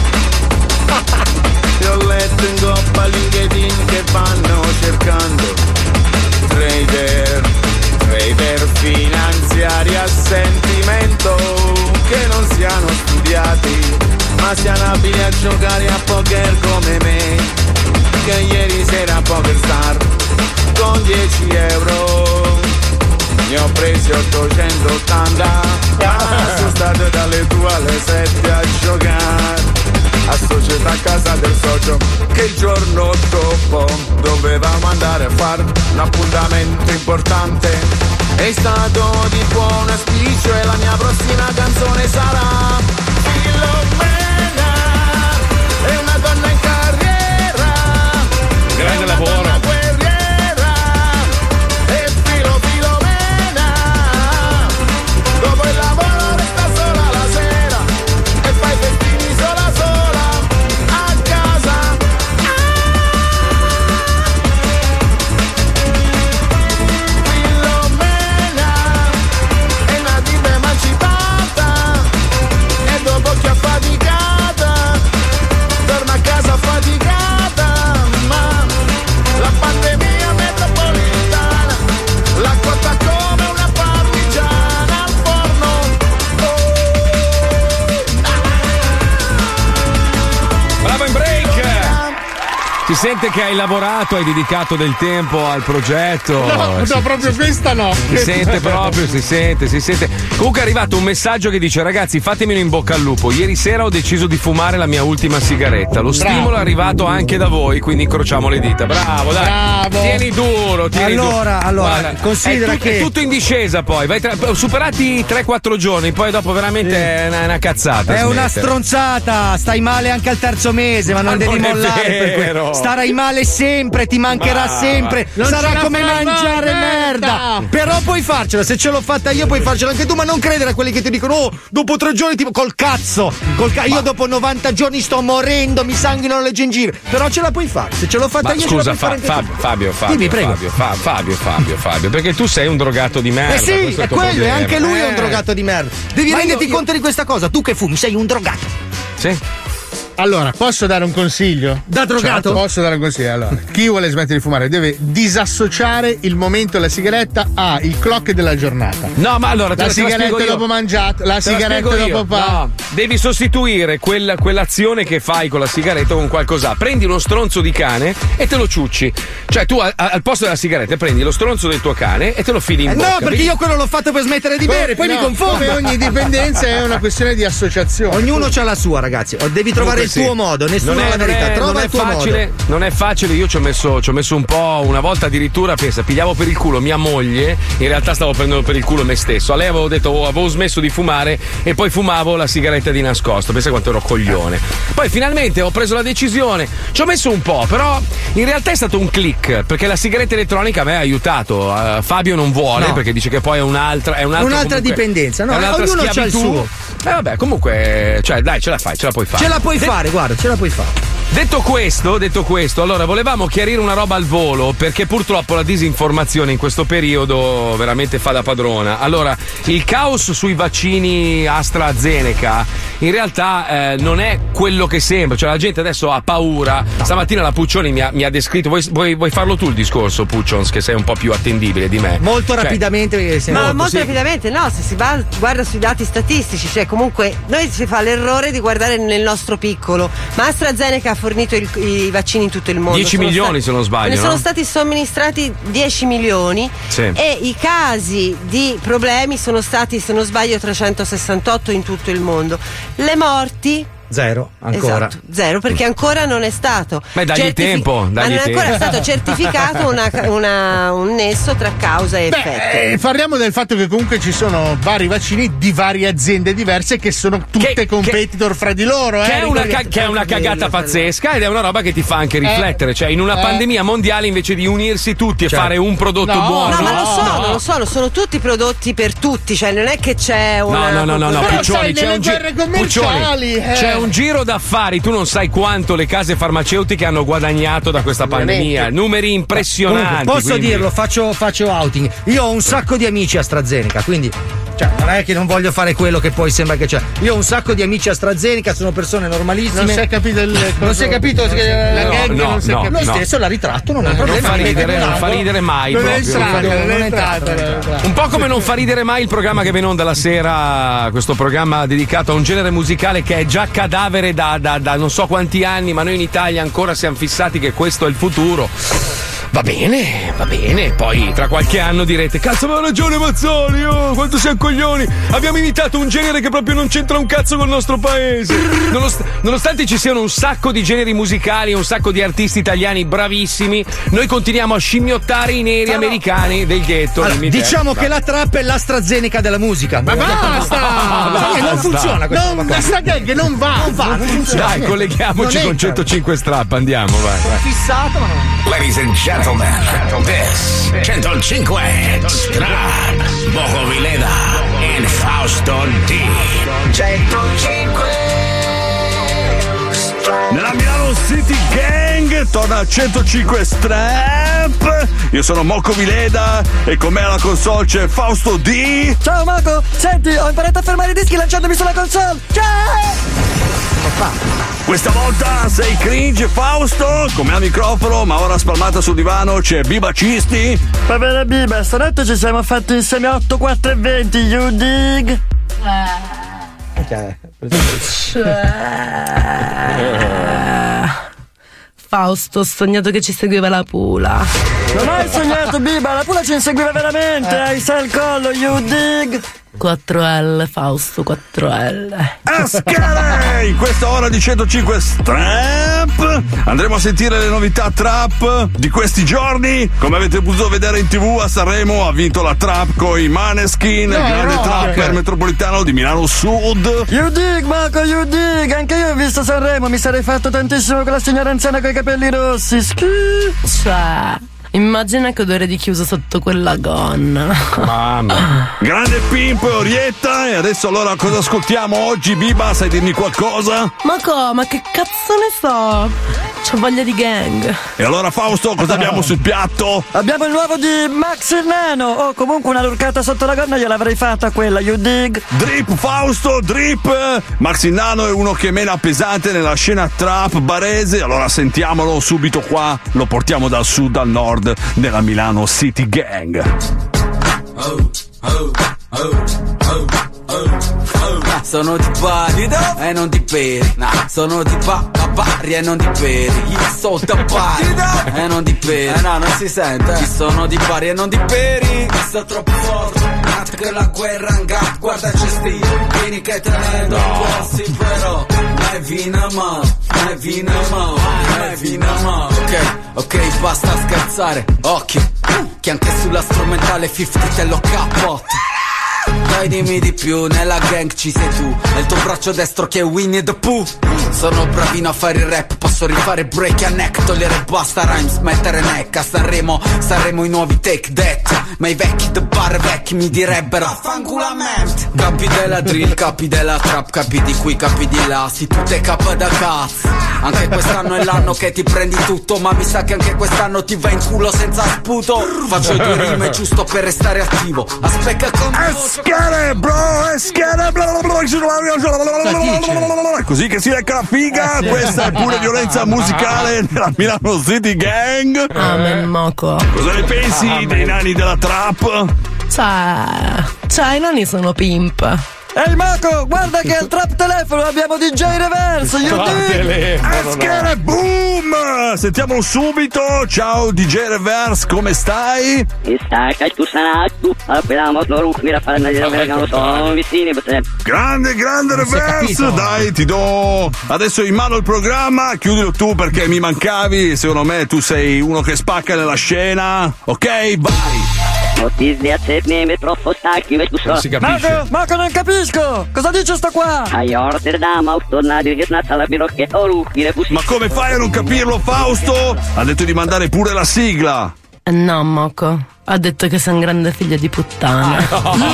Ti ho letto in coppa LinkedIn che vanno cercando trader finanziari a sentimento, che non siano studiati ma siano abili a giocare a poker come me, che ieri sera a Poker Star con 10 euro ne ho presi 880, ma sono stato dalle 2 alle 7 a giocare a società a casa del socio, che il giorno dopo dovevamo andare a fare un appuntamento importante. È stato di buon auspicio e la mia prossima canzone sarà Filomena è una donna in carriera, grande lavoro, una guerriera, e Filomena dopo il lavoro resta sola la sera e fa i festini sola a casa. Filomena è una diva emancipata e dopo che ha faticato sente che hai lavorato, hai dedicato del tempo al progetto. No, proprio questa no. Si sente proprio, si sente. Comunque è arrivato un messaggio che dice: ragazzi, fatemi un in bocca al lupo. Ieri sera ho deciso di fumare la mia ultima sigaretta. Lo stimolo è arrivato anche da voi, quindi incrociamo le dita. Bravo, dai. Bravo. Tieni duro. Allora, Guarda, considera è tutto in discesa poi. Superati 3-4 giorni, poi dopo veramente è una cazzata. È una smettere. stronzata, stai male anche al terzo mese, ma non devi mollare per quello. Starai male sempre, ti mancherà sempre. Sarà come mangiare merda. Però puoi farcela, se ce l'ho fatta io puoi farcela anche tu, ma non credere a quelli che ti dicono "Oh, dopo 3 giorni tipo col cazzo". Io dopo 90 giorni sto morendo, mi sanguinano le gengive. Però ce la puoi fare. Se ce l'ho fatta io scusa, ce la puoi fare Fabio, Dimmi, prego. Fabio, perché tu sei un drogato di merda. Sì, è quello, e anche lui è un drogato di merda. Devi renderti conto di questa cosa, tu che fumi sei un drogato. Sì. Allora, posso dare un consiglio? Da drogato? Certo, posso dare un consiglio. Allora, chi vuole smettere di fumare deve disassociare il momento della sigaretta al clock della giornata. No, ma allora la sigaretta dopo mangiato, la sigaretta dopo No, devi sostituire quell'azione che fai con la sigaretta con qualcosa. Prendi uno stronzo di cane e te lo ciucci. Cioè, tu al posto della sigaretta prendi lo stronzo del tuo cane e te lo fili in bocca. No, perché io quello l'ho fatto per smettere di bere, poi mi confondo. Come ogni dipendenza è una questione di associazione. Ognuno c'ha la sua, ragazzi. Devi trovare il tuo modo, nessuno ha la verità. Trova il tuo facile, modo. Non è facile, io ci ho messo un po', una volta addirittura, pensa, pigliavo per il culo mia moglie, in realtà stavo prendendo per il culo me stesso. A lei avevo detto, avevo smesso di fumare e poi fumavo la sigaretta di nascosto, pensa quanto ero coglione. Poi finalmente ho preso la decisione, ci ho messo un po', però in realtà è stato un click, perché la sigaretta elettronica a me ha aiutato. Fabio non vuole, perché dice che poi è un'altra comunque, dipendenza, no? Ognuno c'ha il suo. Vabbè, comunque, cioè, dai, ce la puoi fare. Ce la puoi fare, guarda, ce la puoi fare. Detto questo, allora volevamo chiarire una roba al volo, perché purtroppo la disinformazione in questo periodo veramente fa da padrona. Allora, il caos sui vaccini AstraZeneca in realtà non è quello che sembra, cioè la gente adesso ha paura. Stamattina la Puccioni mi ha descritto, vuoi farlo tu il discorso, Puccions, che sei un po' più attendibile di me? Molto rapidamente, rapidamente, no, se si guarda sui dati statistici, cioè comunque noi si fa l'errore di guardare nel nostro piccolo, ma AstraZeneca ha fornito i vaccini in tutto il mondo. 10 milioni se non sbaglio. Ne sono stati somministrati 10 milioni e i casi di problemi sono stati, se non sbaglio, 368 in tutto il mondo. Le morti zero, ancora. Esatto, zero, perché ancora non è stato. Ma dagli tempo, non è ancora stato certificato un nesso tra causa e effetto. Parliamo del fatto che comunque ci sono vari vaccini di varie aziende diverse che sono tutte competitor fra di loro. Che è una cagata pazzesca ed è una roba che ti fa anche riflettere. Cioè, in una pandemia mondiale, invece di unirsi tutti e fare un prodotto buono. No, ma non sono tutti prodotti per tutti. Cioè, non è che c'è una. No, Puccioni, c'è guerre commerciali. C'è un giro d'affari, tu non sai quanto le case farmaceutiche hanno guadagnato da questa pandemia. Numeri impressionanti. Posso dirlo, faccio outing. Io ho un sacco di amici AstraZeneca, quindi non è che non voglio fare quello che poi sembra che c'è. Io ho un sacco di amici AstraZeneca, sono persone normalissime. Non si è capito non si è capito la gag, non si è capito. Lo stesso la ritratto, non è un non problema. fa ridere mai. Non è entrato. Un po' come non fa ridere mai il programma che viene onda la sera, questo programma dedicato a un genere musicale che è già cadavere da non so quanti anni, ma noi in Italia ancora siamo fissati che questo è il futuro. Va bene, poi tra qualche anno direte: cazzo, aveva ragione Mazzoli, quanto siamo coglioni, abbiamo imitato un genere che proprio non c'entra un cazzo col nostro paese. Nonostante ci siano un sacco di generi musicali, un sacco di artisti italiani bravissimi, noi continuiamo a scimmiottare i neri americani del ghetto. Allora, diciamo che la trap è l'AstraZeneca della musica. Ma basta! Non funziona questa cosa. Questa gag non va. Non funziona. Dai, colleghiamoci con 105 Strap, andiamo, vai. Fissato, ma non. Ladies and gentlemen, this 105 Strap, Boco Vileda in Fausto D. 105 Nella Milano City Gang torna 105 Strap. Io sono Moco Vileda e con me alla console c'è Fausto D. Ciao Moco, senti, ho imparato a fermare i dischi lanciandomi sulla console. Ciao! Questa volta sei cringe Fausto, come al microfono, ma ora spalmata sul divano c'è Biba Cisti. Va bene Biba, stanotte ci siamo fatti insieme 8, 4 e 20, you dig? Fausto, ho sognato che ci seguiva la Pula. Non hai sognato, Biba, la Pula ci inseguiva veramente, hai sai il collo, you dig? 4L, Fausto, 4L. Aschere! In questa ora di 105 Strap andremo a sentire le novità trap di questi giorni. Come avete potuto vedere in TV, a Sanremo ha vinto la trap con i Maneskin, il grande trapper metropolitano di Milano Sud. You dig, Marco, you dig! Anche io ho visto Sanremo, mi sarei fatto tantissimo con la signora anziana con i capelli rossi. Cioè, immagina che odore di chiuso sotto quella gonna. Mamma. Grande Pimp Orietta. E adesso allora cosa ascoltiamo oggi, Biba? Sai dirmi qualcosa? Ma che cazzo ne so? C'ho voglia di gang. E allora Fausto, cosa abbiamo sul piatto? Abbiamo il nuovo di Max il Nano. Oh, comunque una lurcata sotto la gonna gliel'avrei fatta quella, you dig? Drip Fausto, drip. Max il Nano è uno che mena pesante nella scena trap barese. Allora sentiamolo subito qua. Lo portiamo dal sud al nord della Milano City Gang. Sono di Bari e non di Peri. Sono di Bari e non di Peri. Io sono da Bari e non di Peri. No, non si sente. Io sono di Bari e non di Peri. Sto troppo forte. Che la guerra angat, guarda c'è stile. Vieni che te ne do corsi però. Ne vina ma. Ok, basta scherzare. Occhio, che anche sulla strumentale 50 te lo capote. Dai dimmi di più, nella gang ci sei tu. È il tuo braccio destro che è Winnie the Pooh. Sono bravino a fare il rap, posso rifare break a neck, togliere basta rhymes, mettere neck. A Sanremo i nuovi take that. Ma i vecchi de bar vecchi mi direbbero affanculamente. Capi della drill, capi della trap, capi di qui, capi di là. Si tutte cap da cazzo. Anche quest'anno è l'anno che ti prendi tutto, ma mi sa che anche quest'anno ti va in culo senza sputo. Faccio 2 rime giusto per restare attivo. Aspetta con Eschere, bro, eschere, così che si lecca la figa. Questa è pure violenza musicale della Milano City Gang. Amen, moco. Cosa ne pensi dei nani della trap? Cioè, i nani sono pimp. Ehi Marco, guarda che al trap telefono abbiamo DJ Reverse, Eschere, boom! Sentiamolo subito. Ciao DJ Reverse, come stai? Grande Reverse. Dai, ti do adesso in mano il programma. Chiudilo tu perché mi mancavi. Secondo me tu sei uno che spacca nella scena. Ok, vai. Non si capisce. Marco, non capisco. Cosa dice sto qua? Ma come fai a non capirlo, Fausto? Ha detto di mandare pure la sigla. No, moco. Ha detto che sei un grande figlio di puttana.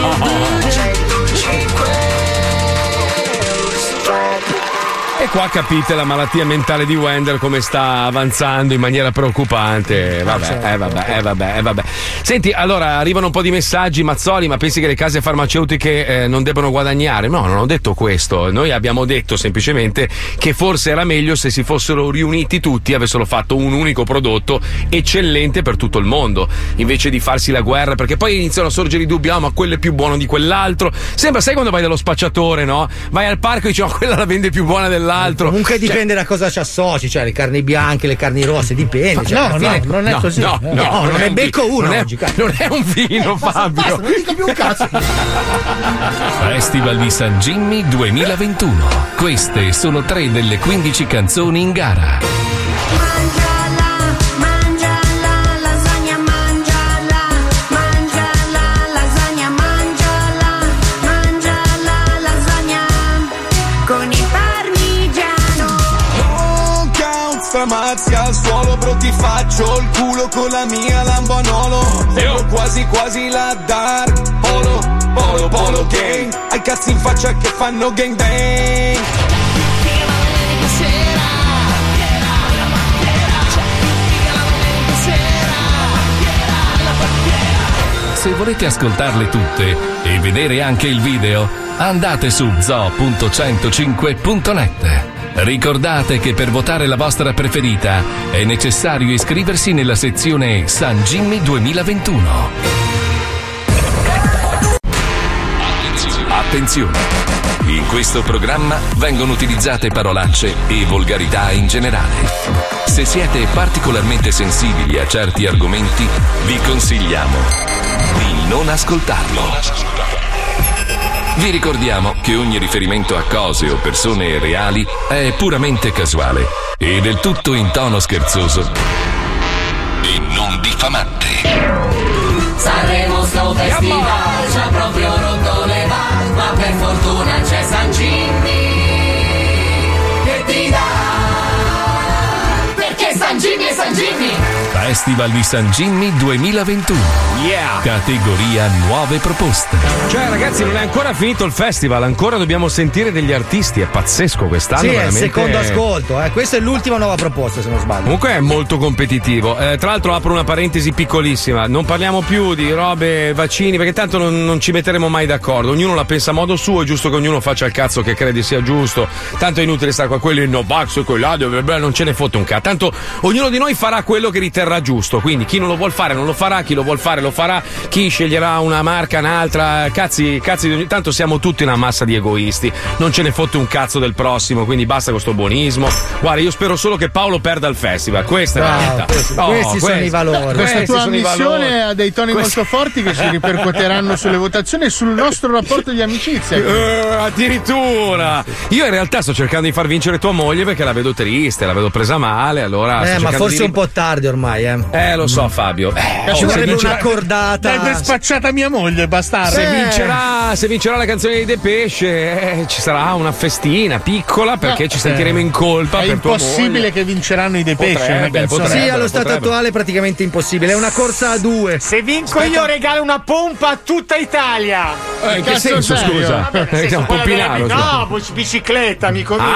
E qua capite la malattia mentale di Wender come sta avanzando in maniera preoccupante. Vabbè. Senti, allora arrivano un po' di messaggi. Mazzoli, ma pensi che le case farmaceutiche non debbano guadagnare? No, non ho detto questo. Noi abbiamo detto semplicemente che forse era meglio se si fossero riuniti tutti e avessero fatto un unico prodotto eccellente per tutto il mondo, invece di farsi la guerra, perché poi iniziano a sorgere i dubbi. Ma quello è più buono di quell'altro. Sembra, sai quando vai dallo spacciatore, no? Vai al parco e dici quella la vende più buona dell'altro. Comunque dipende da cosa ci associ, cioè le carni bianche, le carni rosse, dipende. Cioè, non è così. No, non è becco uno oggi. Non è un vino, Fabio. Non dico più un cazzo. Festival di San Jimmy 2021. Queste sono 3 delle 15 canzoni in gara. Mazzi al suolo, bro, ti faccio il culo con la mia Lambanolo. Sembro quasi la Dark Polo gang. Ai cazzi in faccia che fanno gang bang. Se volete ascoltarle tutte e vedere anche il video, andate su zoo.105.net. Ricordate che per votare la vostra preferita è necessario iscriversi nella sezione San Jimmy 2021. Attenzione! In questo programma vengono utilizzate parolacce e volgarità in generale. Se siete particolarmente sensibili a certi argomenti, vi consigliamo di non ascoltarlo. Vi ricordiamo che ogni riferimento a cose o persone reali è puramente casuale e del tutto in tono scherzoso e non diffamante. Sanremo sto festival, ci ha proprio rotto le balle, ma per fortuna c'è San Jimmy che ti dà, perché San Jimmy è San Jimmy. Festival di San Jimmy 2021. Yeah! Categoria nuove proposte. Cioè, ragazzi, non è ancora finito il festival, ancora dobbiamo sentire degli artisti. È pazzesco quest'anno. Sì, veramente. è il secondo ascolto. Questa è l'ultima nuova proposta, se non sbaglio. Comunque è molto competitivo. Tra l'altro apro una parentesi piccolissima. Non parliamo più di robe vaccini, perché tanto non ci metteremo mai d'accordo. Ognuno la pensa a modo suo, è giusto che ognuno faccia il cazzo che crede sia giusto. Tanto è inutile stare qua quello in no vax e quella non ce ne fotte un cazzo. Tanto ognuno di noi farà quello che riterrà giusto. Quindi chi non lo vuol fare non lo farà, chi lo vuol fare lo farà, chi sceglierà una marca, un'altra. Cazzi di ogni tanto siamo tutti una massa di egoisti. Non ce ne fotte un cazzo del prossimo, quindi basta con sto buonismo. Guarda, io spero solo che Paolo perda il festival. Questa è la verità. Questi sono i valori. Questa tua ammissione ha dei toni molto forti che si ripercuoteranno sulle votazioni e sul nostro rapporto di amicizia. Addirittura. Io in realtà sto cercando di far vincere tua moglie perché la vedo triste, la vedo presa male. Allora ma forse un po' tardi ormai, lo so, Fabio. Ci vorrebbe una cordata. L'hai spacciata mia moglie, bastardo. Se vincerà la canzone di Depeche, ci sarà una festina piccola perché ci sentiremo in colpa. È per tua impossibile moglie. che vinceranno i Depeche. Sì, allo stato attuale è praticamente impossibile. È una corsa a due. Se vinco io regalo una pompa a tutta Italia. In che senso, scusa? È un pompinaro. No, bicicletta, amico mio.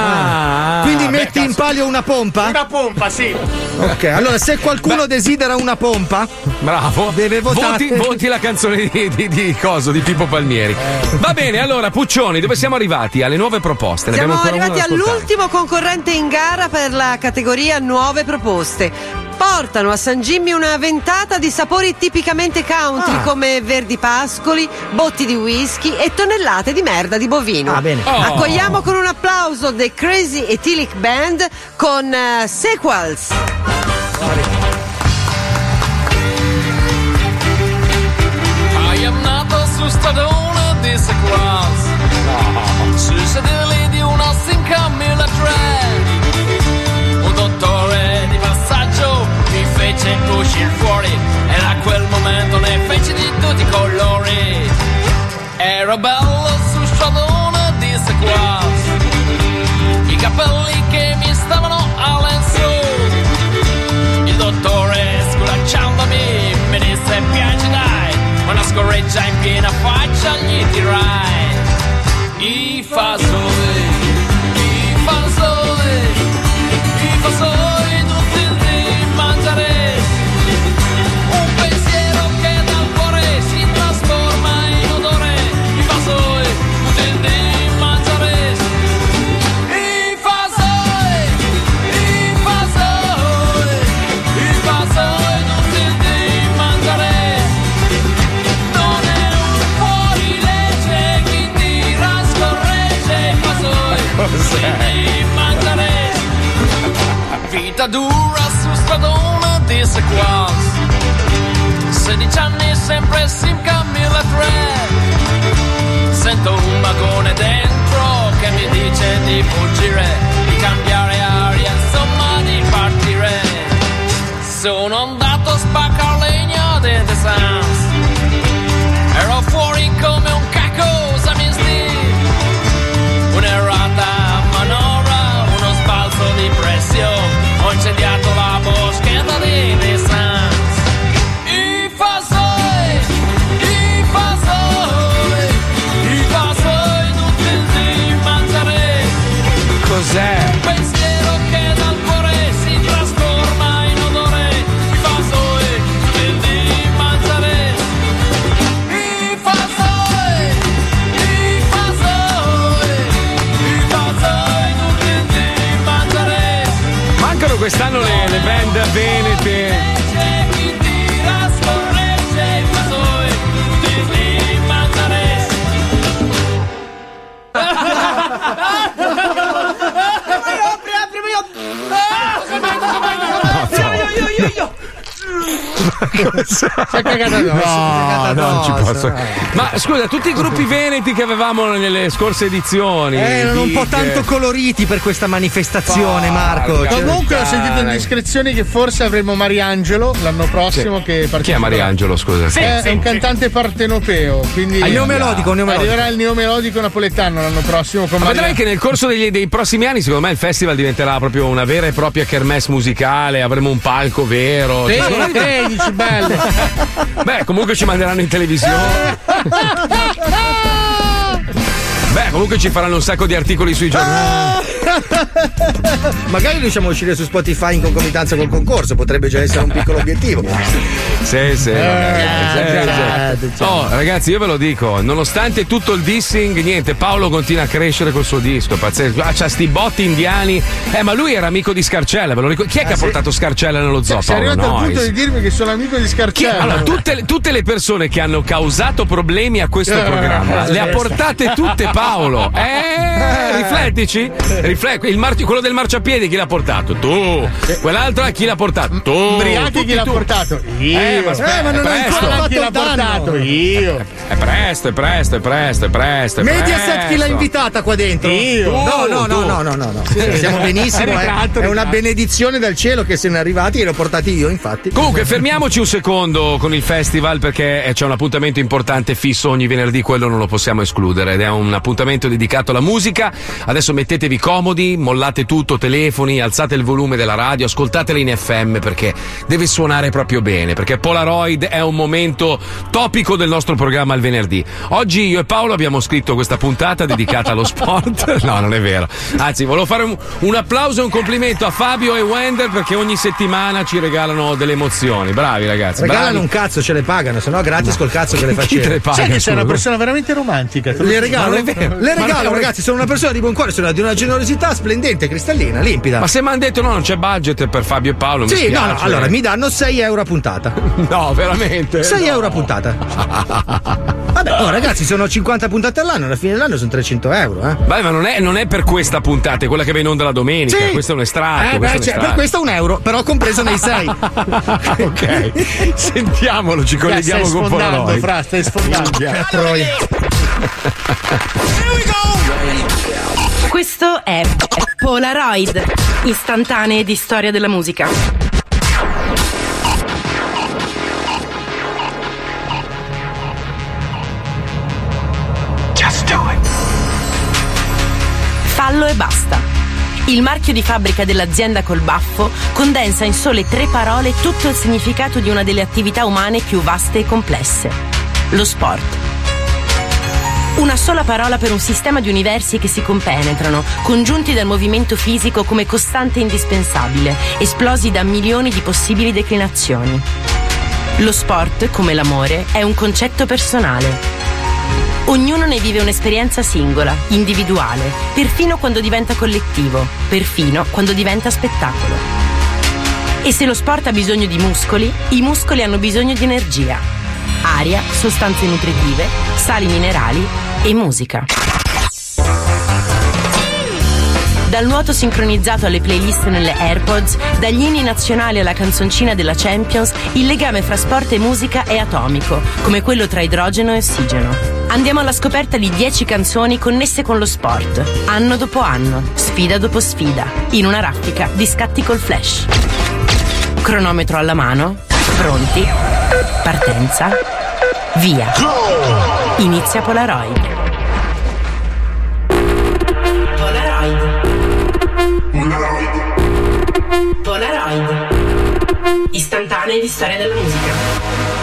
Quindi metti in palio una pompa? Una pompa, sì. Ok, allora se qualcuno desidera una pompa, bravo, deve votare. Voti la canzone di Pippo Palmieri. Va bene, allora Puccioni, dove siamo arrivati? Alle nuove proposte. Siamo arrivati all'ultimo concorrente in gara per la categoria nuove proposte. Portano a San Jimmy una ventata di sapori tipicamente country come verdi pascoli, botti di whisky e tonnellate di merda di bovino. Bene. Accogliamo con un applauso The Crazy Ethylic Band con Sequels. I am nato su stradone di Sequels, sui sedili di una Simca 1003. Un dottore di passaggio mi fece uscire fuori e da quel momento ne feci di tutti i colori. Ero bello su stradone di Sequels, i capelli che mi stavano all'insù. Il dottore sculacciandomi mi disse piace dai, una scorreggia in piena faccia gli tirai. I fasoli, i fasoli, i fasoli tutti li mangiare. Un pensiero che dal cuore si trasforma in odore. I fasoli tutti li mangiare. I fasoli, i fasoli, i fasoli tutti li mangiare. Non è un fuorilegge chi ti trascorregge. I fasoli di mangiare. Vita dura su stradone di Sequels, 16 anni sempre Simca 1003. Sento un vagone dentro che mi dice di fuggire, di cambiare aria, insomma di partire. Sono andato a spaccar legna di The Sans, ero fuori come un cacco, mi sti. Un'errata manovra, uno sbalzo di pressione, ho incendiato la boschetta di The Sans. I fasoli, i fasoli, i fasoli tutti li mangiare. Cos'è? Un pensiero che dal cuore si trasforma in odore. I fasoli tutti li mangiare. I fasoli, i fasoli. Si è cagata addosso. No, non ci posso. Ma scusa, tutti i gruppi veneti che avevamo nelle scorse edizioni erano un po' tanto coloriti per questa manifestazione, Marco. Comunque ho sentito indiscrezioni che forse avremo Mariangelo l'anno prossimo che parteciperà. Chi è Mariangelo, scusa? È un cantante partenopeo, quindi il neomelodico. Arriverà il neomelodico napoletano l'anno prossimo con vedrai che nel corso dei prossimi anni secondo me il festival diventerà proprio una vera e propria kermesse musicale, avremo un palco vero. Sì, dici bello. Beh, comunque ci manderanno in televisione. Beh, comunque ci faranno un sacco di articoli sui giornali. Magari riusciamo a uscire su Spotify in concomitanza col concorso, potrebbe già essere un piccolo obiettivo. Sì. Oh, ragazzi, io ve lo dico, nonostante tutto il dissing, niente, Paolo continua a crescere col suo disco, pazzesco. C'ha sti botti indiani. Ma lui era amico di Scarcella, ve lo ricordo. Chi è che ha portato Scarcella nello zoo? Sei arrivato al punto di dirmi che sono amico di Scarcella. Allora, tutte le persone che hanno causato problemi a questo programma le ha portate tutte Paolo. Riflettici. Quello del marciapiede chi l'ha portato? Tu. Quell'altro chi l'ha portato? Tu. Umbriachi chi l'ha portato? Io. Ma non hai ancora fatto chi l'ha portato? Io. È presto. Mediaset chi l'ha invitata qua dentro? Io. No. Stiamo benissimo. È una benedizione dal cielo che se ne è arrivati e l'ho portati io, infatti. Comunque fermiamoci un secondo con il festival perché c'è un appuntamento importante fisso ogni venerdì, quello non lo possiamo escludere ed è un appuntamento dedicato alla musica. Adesso mettetevi comodi, mollate tutto, telefoni, alzate il volume della radio, ascoltatela in FM perché deve suonare proprio bene, perché Polaroid è un momento topico del nostro programma il venerdì. Oggi io e Paolo abbiamo scritto questa puntata dedicata allo sport. No, non è vero. Anzi, volevo fare un applauso e un complimento a Fabio e Wender perché ogni settimana ci regalano delle emozioni. Bravi ragazzi. Regalano un cazzo, ce le pagano, sennò gratis col cazzo che le facevo. Sai che sei una persona veramente romantica. Le regalo, ragazzi, sono una persona di buon cuore, sono di una generosità splendente, cristallina, limpida. Ma se mi hanno detto no, non c'è budget per Fabio e Paolo, mi spiace. No, allora mi danno 6 euro a puntata. No, veramente? 6 euro a puntata. Vabbè, ragazzi, sono 50 puntate all'anno, alla fine dell'anno sono 300 euro. Beh, ma non è per questa puntata, è quella che va in onda la domenica. Sì. Questo è un estratto. Per questo un euro, però compreso nei 6. Ok. Sentiamolo, ci colleghiamo con Polaroid. Stai sfondando. Questo è Polaroid, istantanee di storia della musica. Fallo e basta. Il marchio di fabbrica dell'azienda col baffo condensa in sole 3 parole tutto il significato di una delle attività umane più vaste e complesse: lo sport. Una sola parola per un sistema di universi che si compenetrano, congiunti dal movimento fisico come costante indispensabile, esplosi da milioni di possibili declinazioni. Lo sport, come l'amore, è un concetto personale. Ognuno ne vive un'esperienza singola, individuale, perfino quando diventa collettivo, perfino quando diventa spettacolo. E se lo sport ha bisogno di muscoli, i muscoli hanno bisogno di energia, aria, sostanze nutritive, sali minerali e musica. Dal nuoto sincronizzato alle playlist nelle AirPods, dagli inni nazionali alla canzoncina della Champions, il legame fra sport e musica è atomico, come quello tra idrogeno e ossigeno. Andiamo alla scoperta di 10 canzoni connesse con lo sport, anno dopo anno, sfida dopo sfida, in una raffica di scatti col flash. Cronometro alla mano, pronti? Partenza, via. Inizia Polaroid. Polaroid. Istantanee di storia della musica.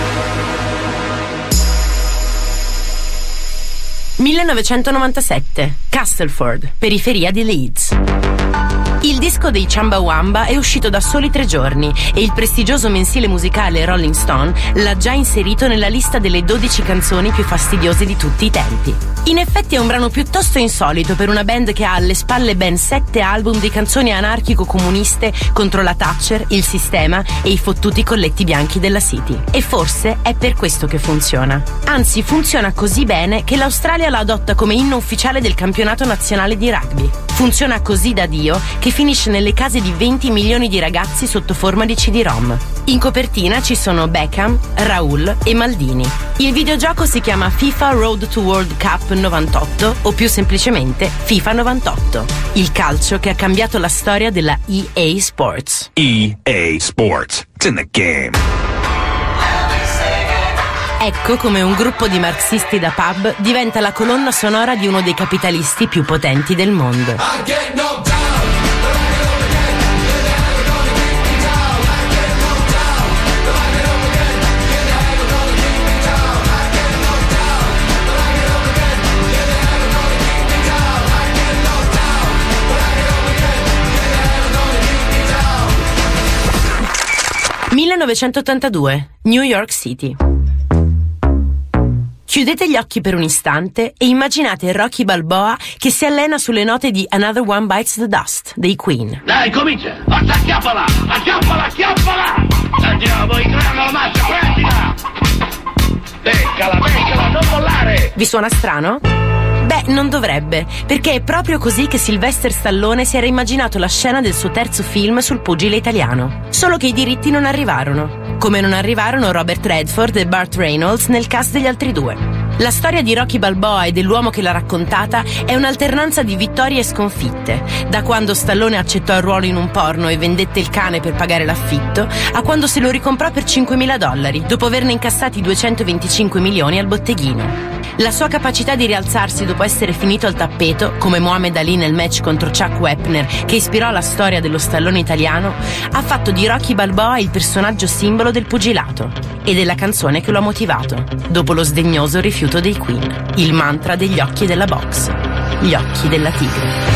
1997, Castleford, periferia di Leeds. Il disco dei Chumbawamba è uscito da soli 3 giorni e il prestigioso mensile musicale Rolling Stone l'ha già inserito nella lista delle 12 canzoni più fastidiose di tutti i tempi. In effetti è un brano piuttosto insolito per una band che ha alle spalle ben 7 album di canzoni anarchico-comuniste contro la Thatcher, il sistema e i fottuti colletti bianchi della City. E forse è per questo che funziona. Anzi, funziona così bene che l'Australia la adotta come inno ufficiale del campionato nazionale di rugby. Funziona così da Dio che finisce nelle case di 20 milioni di ragazzi sotto forma di CD-ROM. In copertina ci sono Beckham, Raul e Maldini. Il videogioco si chiama FIFA Road to World Cup 98 o più semplicemente FIFA 98. Il calcio che ha cambiato la storia della EA Sports. EA Sports. It's in the game. Ecco come un gruppo di marxisti da pub diventa la colonna sonora di uno dei capitalisti più potenti del mondo. (1982) New York City. Chiudete gli occhi per un istante e immaginate Rocky Balboa che si allena sulle note di Another One Bites the Dust dei Queen. Dai, comincia! Forza, acchiappala! Acchiappala, acchiappala! Andiamo, ingrana la massa, prendila! Beccala, non mollare! Vi suona strano? Beh, non dovrebbe, perché è proprio così che Sylvester Stallone si era immaginato la scena del suo terzo film sul pugile italiano. Solo che i diritti non arrivarono. Come non arrivarono Robert Redford e Burt Reynolds nel cast degli altri due. La storia di Rocky Balboa e dell'uomo che l'ha raccontata è un'alternanza di vittorie e sconfitte, da quando Stallone accettò il ruolo in un porno e vendette il cane per pagare l'affitto, a quando se lo ricomprò per $5.000, dopo averne incassati 225 milioni al botteghino. La sua capacità di rialzarsi dopo essere finito al tappeto, come Muhammad Ali nel match contro Chuck Wepner, che ispirò la storia dello Stallone italiano, ha fatto di Rocky Balboa il personaggio simbolo del pugilato e della canzone che lo ha motivato, dopo lo sdegnoso rifiuto dei Queen, il mantra degli occhi della box, gli occhi della tigre.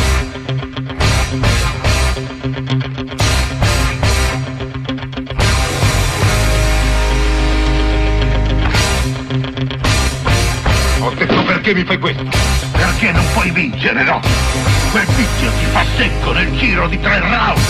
Ho detto perché mi fai questo? Perché non puoi vincere, no? Quel tizio ti fa secco nel giro di 3 round.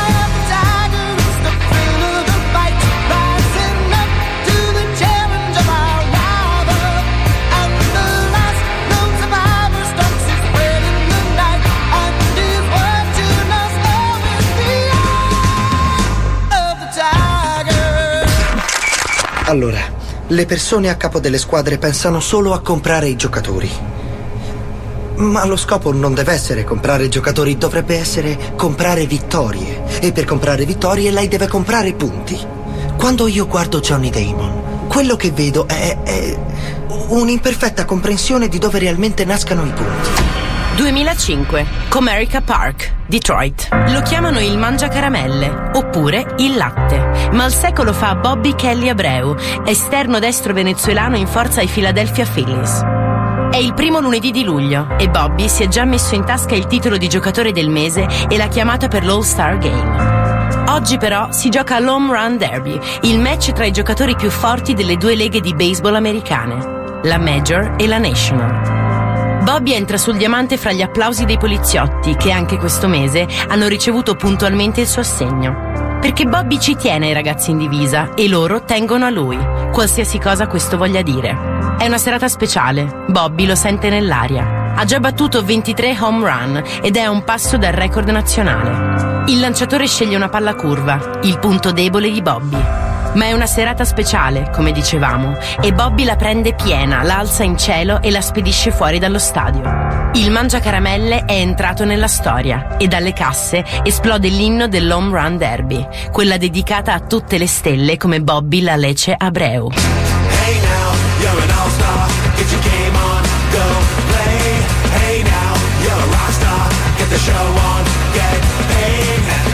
Allora, le persone a capo delle squadre pensano solo a comprare i giocatori. Ma lo scopo non deve essere comprare giocatori, dovrebbe essere comprare vittorie. E per comprare vittorie lei deve comprare punti. Quando io guardo Johnny Damon, quello che vedo è un'imperfetta comprensione di dove realmente nascano i punti. 2005, Comerica Park, Detroit. Lo chiamano il mangiacaramelle, oppure il latte. Ma il secolo fa Bobby Kelly Abreu, esterno destro venezuelano in forza ai Philadelphia Phillies. È il primo lunedì di luglio e Bobby si è già messo in tasca il titolo di giocatore del mese e la chiamata per l'All-Star Game. Oggi però si gioca l'Home Run Derby, il match tra i giocatori più forti delle due leghe di baseball americane, la Major e la National. Bobby entra sul diamante fra gli applausi dei poliziotti che anche questo mese hanno ricevuto puntualmente il suo assegno. Perché Bobby ci tiene ai ragazzi in divisa e loro tengono a lui, qualsiasi cosa questo voglia dire. È una serata speciale, Bobby lo sente nell'aria. Ha già battuto 23 home run ed è a un passo dal record nazionale. Il lanciatore sceglie una palla curva, il punto debole di Bobby. Ma è una serata speciale, come dicevamo, e Bobby la prende piena, la alza in cielo e la spedisce fuori dallo stadio. Il mangiacaramelle è entrato nella storia e dalle casse esplode l'inno dell'Home Run Derby, quella dedicata a tutte le stelle come Bobby la Lece Abreu. Hey now, you're an all-star, get your game on, go play. Hey now, you're a rock star, get the show on, get paid.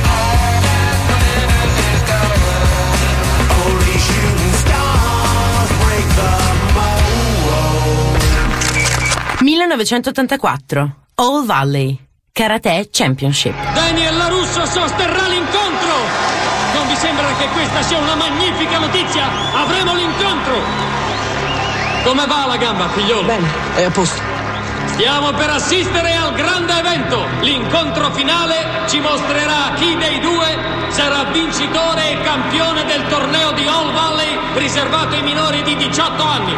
Only shooting stars break the mold. 1984, All Valley, Karate Championship. Daniel LaRusso sosterrà l'incontro! Non vi sembra che questa sia una magnifica notizia? Avremo l'incontro! Come va la gamba, figliolo? Bene, è a posto. Stiamo per assistere al grande evento. L'incontro finale ci mostrerà chi dei due sarà vincitore e campione del torneo di All Valley riservato ai minori di 18 anni.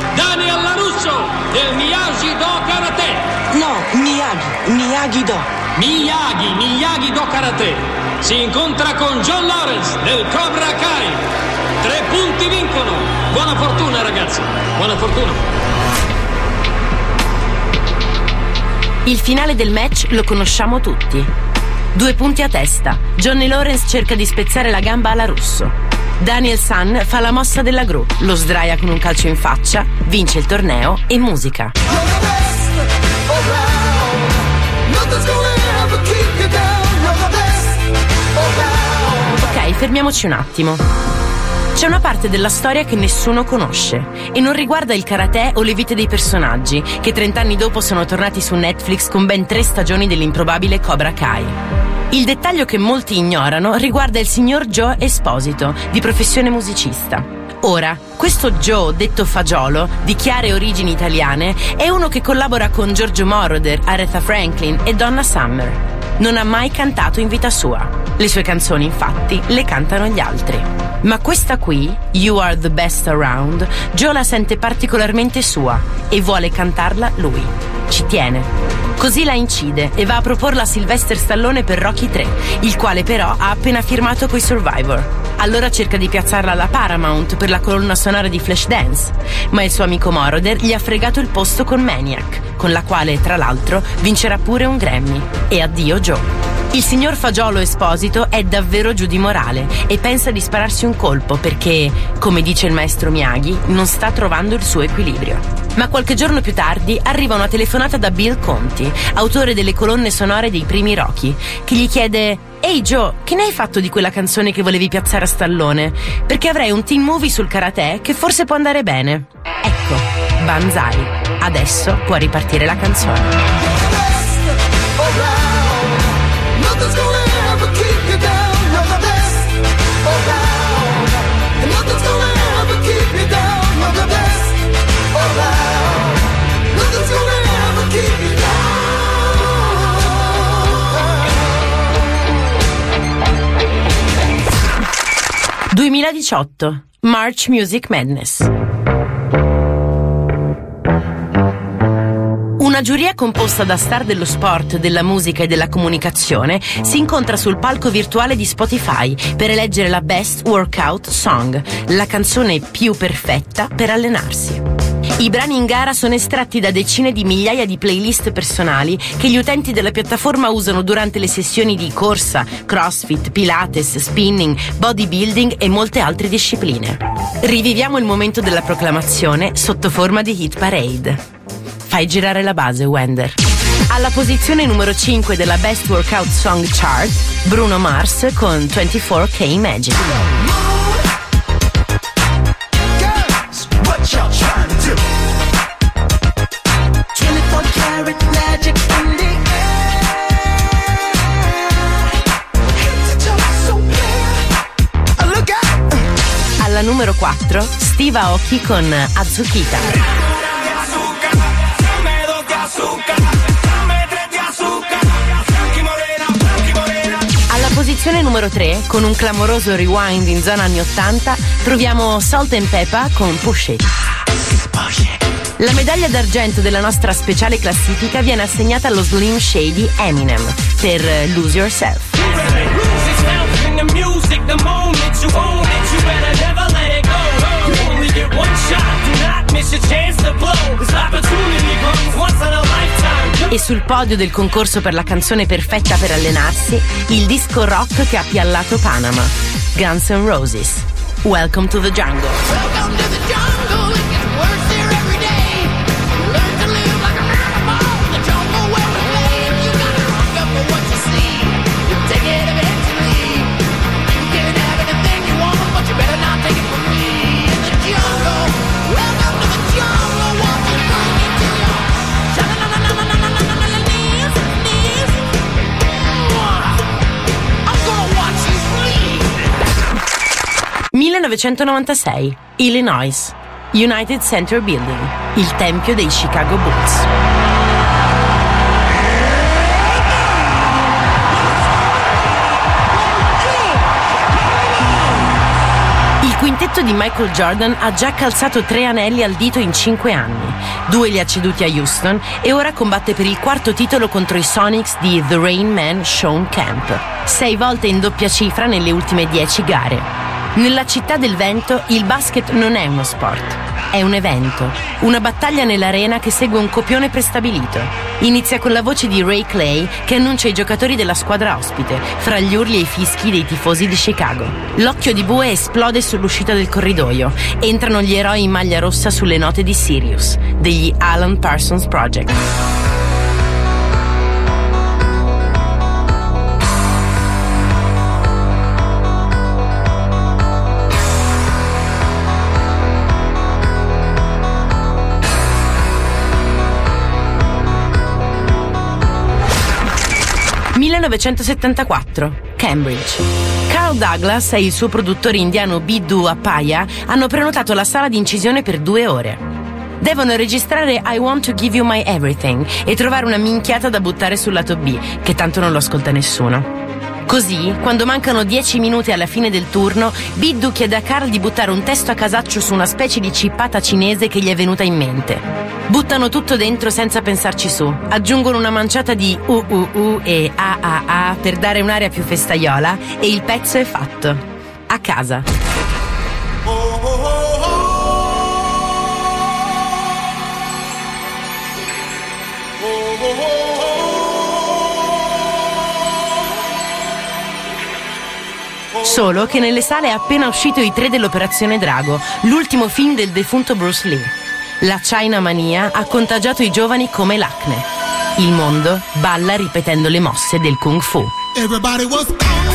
Daniel LaRusso del Miyagi-Do Karate. No, Miyagi-Do. Miyagi do Karate si incontra con John Lawrence del Cobra Kai. 3 punti vincono. Buona fortuna ragazzi, buona fortuna. Il finale del match lo conosciamo tutti. 2 punti a testa. Johnny Lawrence cerca di spezzare la gamba alla Russo. Daniel San fa la mossa della gru, lo sdraia con un calcio in faccia, vince il torneo e musica. Ok, fermiamoci un attimo. C'è una parte della storia che nessuno conosce e non riguarda il karate o le vite dei personaggi, che 30 anni dopo sono tornati su Netflix con ben 3 stagioni dell'improbabile Cobra Kai. Il dettaglio che molti ignorano riguarda il signor Joe Esposito, di professione musicista. Ora, questo Joe, detto Fagiolo, di chiare origini italiane, è uno che collabora con Giorgio Moroder, Aretha Franklin e Donna Summer. Non ha mai cantato in vita sua. Le sue canzoni, infatti, le cantano gli altri. Ma questa qui, You Are the Best Around, Joe la sente particolarmente sua e vuole cantarla lui. Ci tiene. Così la incide e va a proporla a Sylvester Stallone per Rocky 3, il quale però ha appena firmato coi Survivor. Allora cerca di piazzarla alla Paramount per la colonna sonora di Flashdance, ma il suo amico Moroder gli ha fregato il posto con Maniac, con la quale, tra l'altro, vincerà pure un Grammy. E addio Joe. Il signor Fagiolo Esposito è davvero giù di morale e pensa di spararsi un colpo perché, come dice il maestro Miyagi, non sta trovando il suo equilibrio. Ma qualche giorno più tardi arriva una telefonata da Bill Conti, autore delle colonne sonore dei primi Rocky, che gli chiede: «Ehi Joe, che ne hai fatto di quella canzone che volevi piazzare a Stallone? Perché avrei un teen movie sul karate che forse può andare bene». Ecco, Banzai. Adesso può ripartire la canzone. – 2018 March Music Madness. Una giuria composta da star dello sport, della musica e della comunicazione si incontra sul palco virtuale di Spotify per eleggere la Best Workout Song, la canzone più perfetta per allenarsi. I brani in gara sono estratti da decine di migliaia di playlist personali che gli utenti della piattaforma usano durante le sessioni di corsa, crossfit, pilates, spinning, bodybuilding e molte altre discipline. Riviviamo il momento della proclamazione sotto forma di hit parade. Fai girare la base, Wender. Alla posizione numero 5 della Best Workout Song Chart, Bruno Mars con 24K Magic. Alla numero 4, Steve Aoki con Azukita. Alla posizione numero 3, con un clamoroso rewind in zona anni 80, troviamo Salt and Pepper con Push It. La medaglia d'argento della nostra speciale classifica viene assegnata allo Slim Shady Eminem per Lose Yourself. E sul podio del concorso per la canzone perfetta per allenarsi, il disco rock che ha piallato Panama, Guns N' Roses. Welcome to the jungle. Welcome to the jungle. It gets worse there every day. Learn to live like an animal in the jungle where we play. You gotta rock up for what you see. You take it eventually. You can have anything you want, but you better not take it from me. In the jungle. Welcome to the jungle. Walk and bring it to you. 1996, Illinois, United Center Building, il tempio dei Chicago Bulls. Il quintetto frutto di Michael Jordan, ha già calzato 3 anelli al dito in 5 anni. 2 li ha ceduti a Houston e ora combatte per il 4º titolo contro i Sonics di The Rain Man Shawn Kemp. 6 volte in doppia cifra nelle ultime 10 gare. Nella città del vento il basket non è uno sport, è un evento, una battaglia nell'arena che segue un copione prestabilito. Inizia con la voce di Ray Clay che annuncia i giocatori della squadra ospite, fra gli urli e i fischi dei tifosi di Chicago. L'occhio di bue esplode sull'uscita del corridoio. Entrano gli eroi in maglia rossa sulle note di Sirius, degli Alan Parsons Project. Nel 1974, Cambridge. Carl Douglas e il suo produttore indiano Biddu Appaya hanno prenotato la sala di incisione per 2 ore. Devono registrare I Want to Give You My Everything e trovare una minchiata da buttare sul lato B, che tanto non lo ascolta nessuno. Così, quando mancano 10 minuti alla fine del turno, Biddu chiede a Carl di buttare un testo a casaccio su una specie di cippata cinese che gli è venuta in mente. Buttano tutto dentro senza pensarci su. Aggiungono una manciata di e a per dare un'aria più festaiola e il pezzo è fatto. A casa. Solo che nelle sale è appena uscito I 3 dell'Operazione Drago, l'ultimo film del defunto Bruce Lee. La China Mania ha contagiato i giovani come l'acne. Il mondo balla ripetendo le mosse del Kung Fu. Everybody was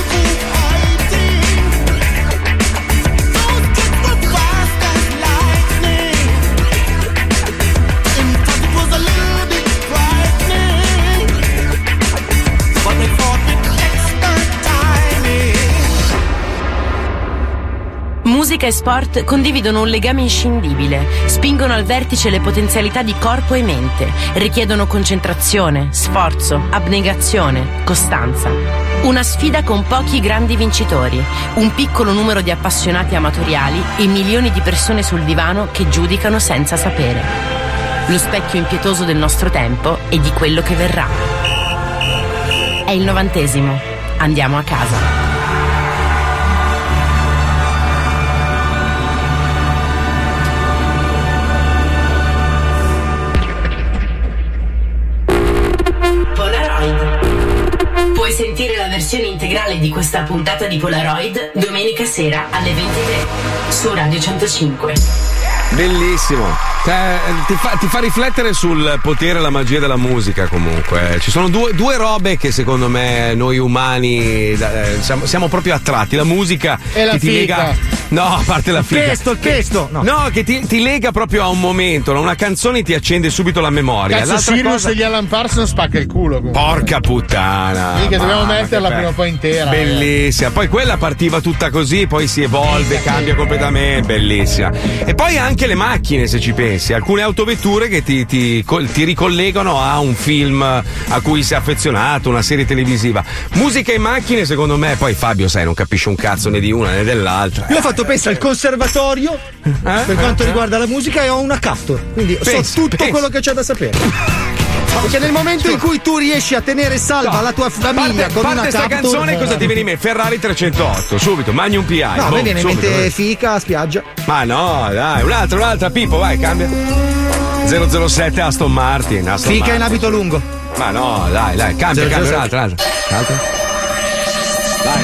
Musica e sport condividono un legame inscindibile, spingono al vertice le potenzialità di corpo e mente, richiedono concentrazione, sforzo, abnegazione, costanza. Una sfida con pochi grandi vincitori, un piccolo numero di appassionati amatoriali e milioni di persone sul divano che giudicano senza sapere. Lo specchio impietoso del nostro tempo e di quello che verrà. È il 90°. Andiamo a casa. Puoi sentire la versione integrale di questa puntata di Polaroid domenica sera alle 23 su Radio 105. Bellissimo. Ti fa riflettere sul potere e la magia della musica comunque. Ci sono due robe che secondo me noi umani siamo proprio attratti. La musica e la che ti fica. lega. No, a parte la figa. Il pesto. No, che ti lega proprio a un momento. Una canzone ti accende subito la memoria. Cazzo, l'altra Sirius cosa... degli Alan Parsons spacca il culo comunque. Porca puttana. Sì, che dobbiamo metterla che prima o poi intera. Bellissima. Poi quella partiva tutta così, poi si evolve, cambia completamente. Bellissima. E poi anche le macchine, se ci pensi. Alcune autovetture che ti ricollegano a un film a cui sei affezionato, una serie televisiva. Musica e macchine, secondo me, poi Fabio, sai, non capisce un cazzo né di una né dell'altra. Io ho fatto pensa al conservatorio per quanto riguarda la musica e ho una Captor, quindi so tutto quello che c'è da sapere. Perché nel momento in cui tu riesci a tenere salva la tua famiglia con una sta Captor, canzone, cosa ti viene in mente? Ferrari 308, subito, Magnum PI. No, a me viene in mente fica, spiaggia. Ma no, dai, un'altra, Pippo, vai, cambia. 007 Aston Martin. Fica in abito lungo. Ma no, dai, cambia, un'altra. Dai.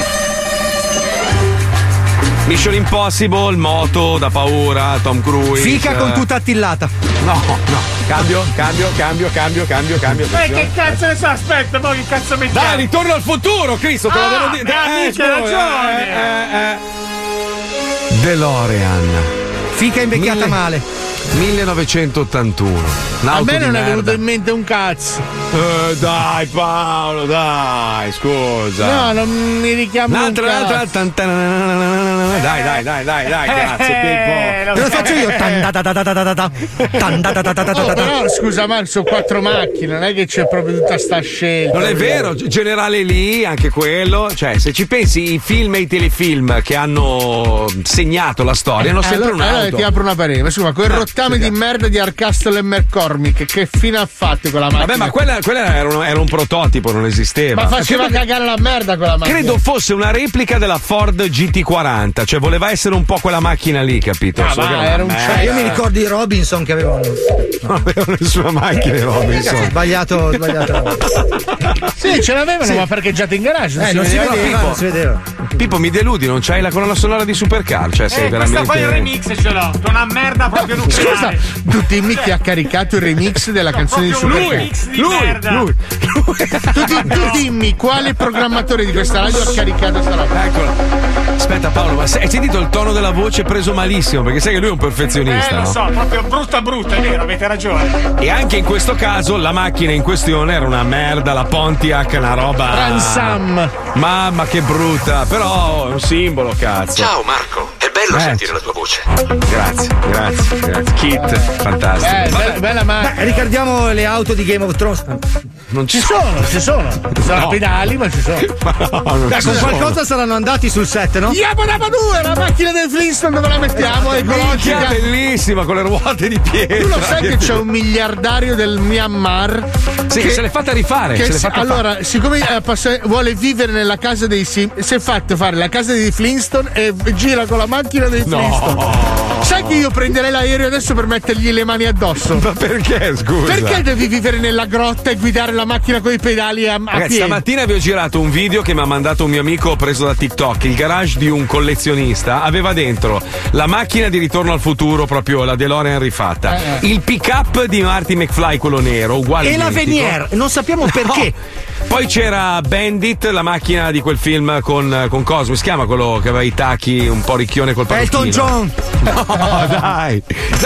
Mission Impossible, moto da paura, Tom Cruise. Fica con tutta attillata. No. Cambio. Ma che cazzo ne so, aspetta, poi che cazzo mettiamo? Dai, Ritorno al futuro, Cristo, te lo devo dire. C'è ragione. DeLorean. Fica invecchiata male. 1981. A me non è venuto in mente un cazzo. Dai Paolo, dai, scusa. No, non mi richiamo un'altra. Dai, grazie Pippo. Lo faccio io. Però scusa Marco, sono 4 macchine, non è che c'è proprio tutta sta scelta. Non è vero, Generale Lee, anche quello. Cioè, se ci pensi, i film e i telefilm che hanno segnato la storia hanno sempre un'auto. Allora ti apro una parete, ma scusa, quel rottame di merda di Arcastle e McCormick, che fine ha fatto quella macchina? Vabbè, ma quella era un prototipo, non esisteva. Ma faceva cagare la merda quella macchina. Credo fosse una replica della Ford GT40, cioè voleva essere un po' quella macchina lì, capito? Era un io mi ricordo i Robinson che avevano. Non avevano nessuna macchina i Robinson. Sbagliato. Sì, ce l'avevano, ma parcheggiato in garage. Non si vedeva. Pippo, mi deludi, non c'hai la colonna sonora di Supercar, cioè sei veramente. Questa poi il remix ce l'ho, una merda proprio nucleare. Scusa, tu dimmi chi ha caricato il remix della canzone di Supercar. Lui. Tu dimmi quale programmatore di questa radio ha caricato sta roba. Eccola. Aspetta Paolo, ma hai sentito il tono della voce preso malissimo? Perché sai che lui è un perfezionista. Lo so, proprio brutta, è vero, avete ragione. E anche in questo caso la macchina in questione era una merda, la Pontiac, una roba. Transam. Mamma che brutta, però è un simbolo, cazzo. Ciao Marco, è bello sentire la tua voce. Grazie. Kit, fantastico. Bella macchina. Ricordiamo le auto di Game of Thrones. Non ci sono. Ci sono pedali, ma ci sono. Con qualcosa saranno andati sul set, no? Yabba 2, la macchina del Flintstone dove la mettiamo? Ecologica. Bellissima, con le ruote di pietra. Tu lo sai che c'è un miliardario del Myanmar? Sì, che se l'è fatta rifare. Allora, siccome vuole vivere nella casa dei si è fatto fare la casa dei Flintstone e gira con la macchina dei Flintstone. Sai che io prenderei l'aereo adesso per mettergli le mani addosso? Ma perché, scusa? Perché devi vivere nella grotta e guidare la macchina con i pedali a Ragazzi, piedi? stamattina vi ho girato un video che mi ha mandato un mio amico preso da TikTok. Il garage di un collezionista aveva dentro la macchina di Ritorno al Futuro, proprio la DeLorean rifatta, il pick-up di Marty McFly, quello nero, uguale. E la Venier, non sappiamo perché. Poi c'era Bandit, la macchina di quel film con Cosmo, si chiama quello che aveva i tacchi, un po' ricchione col parrucchino. Elton John. No, dai.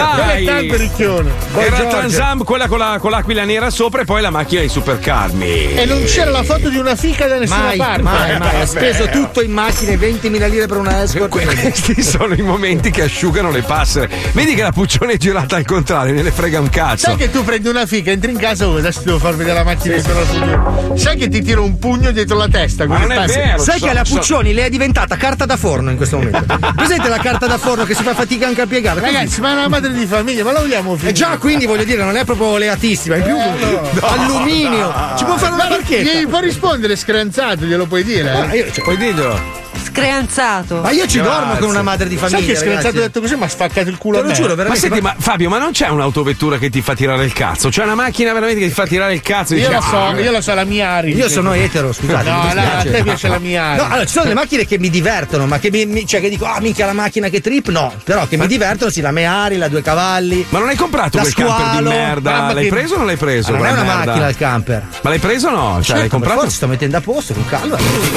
È tanto ricchione. Era Transam, quella con l'aquila nera sopra, e poi la macchina di Supercar. E non c'era la foto di una fica da nessuna parte. Mai. Ha speso tutto in macchine, 20.000 lire per una escort. Questi sono i momenti che asciugano le passere. Vedi che la Puccione è girata al contrario, ne frega un cazzo. Sai che tu prendi una fica, entri in casa, adesso ti devo far vedere la macchina di Ritorno al Futuro. Sai che ti tiro un pugno dietro la testa? Ma non è vero. Sai che la Puccioni le è diventata carta da forno in questo momento. Presente la carta da forno che si fa fatica anche a piegare? Ragazzi, ma è una madre di famiglia, ma la vogliamo finire? Già, quindi voglio dire, non è proprio oleatissima, in più alluminio. Ci può fare una barchetta. Gli può rispondere screanzato, glielo puoi dire? Puoi dirglielo. Screanzato. Ma io ci dormo con una madre di famiglia. Sai che screanzato ho detto così, ma ha spaccato il culo. Te lo giuro, veramente. Ma senti, ma Fabio, ma non c'è un'autovettura che ti fa tirare il cazzo? C'è una macchina veramente che ti fa tirare il cazzo? Io lo so, la Miari. Io sono etero, scusate. No, a te piace la Miari. No, allora ci sono le macchine che mi divertono, ma che cioè che dico, minchia la macchina che trip, no. Però che mi divertono, sì, la Miari, la 2 cavalli. Ma non hai comprato quel camper di merda? L'hai preso o non l'hai preso? Non è una macchina il camper. Ma l'hai preso o no? Cioè, l'hai comprato? Forse sto mettendo a posto con calma.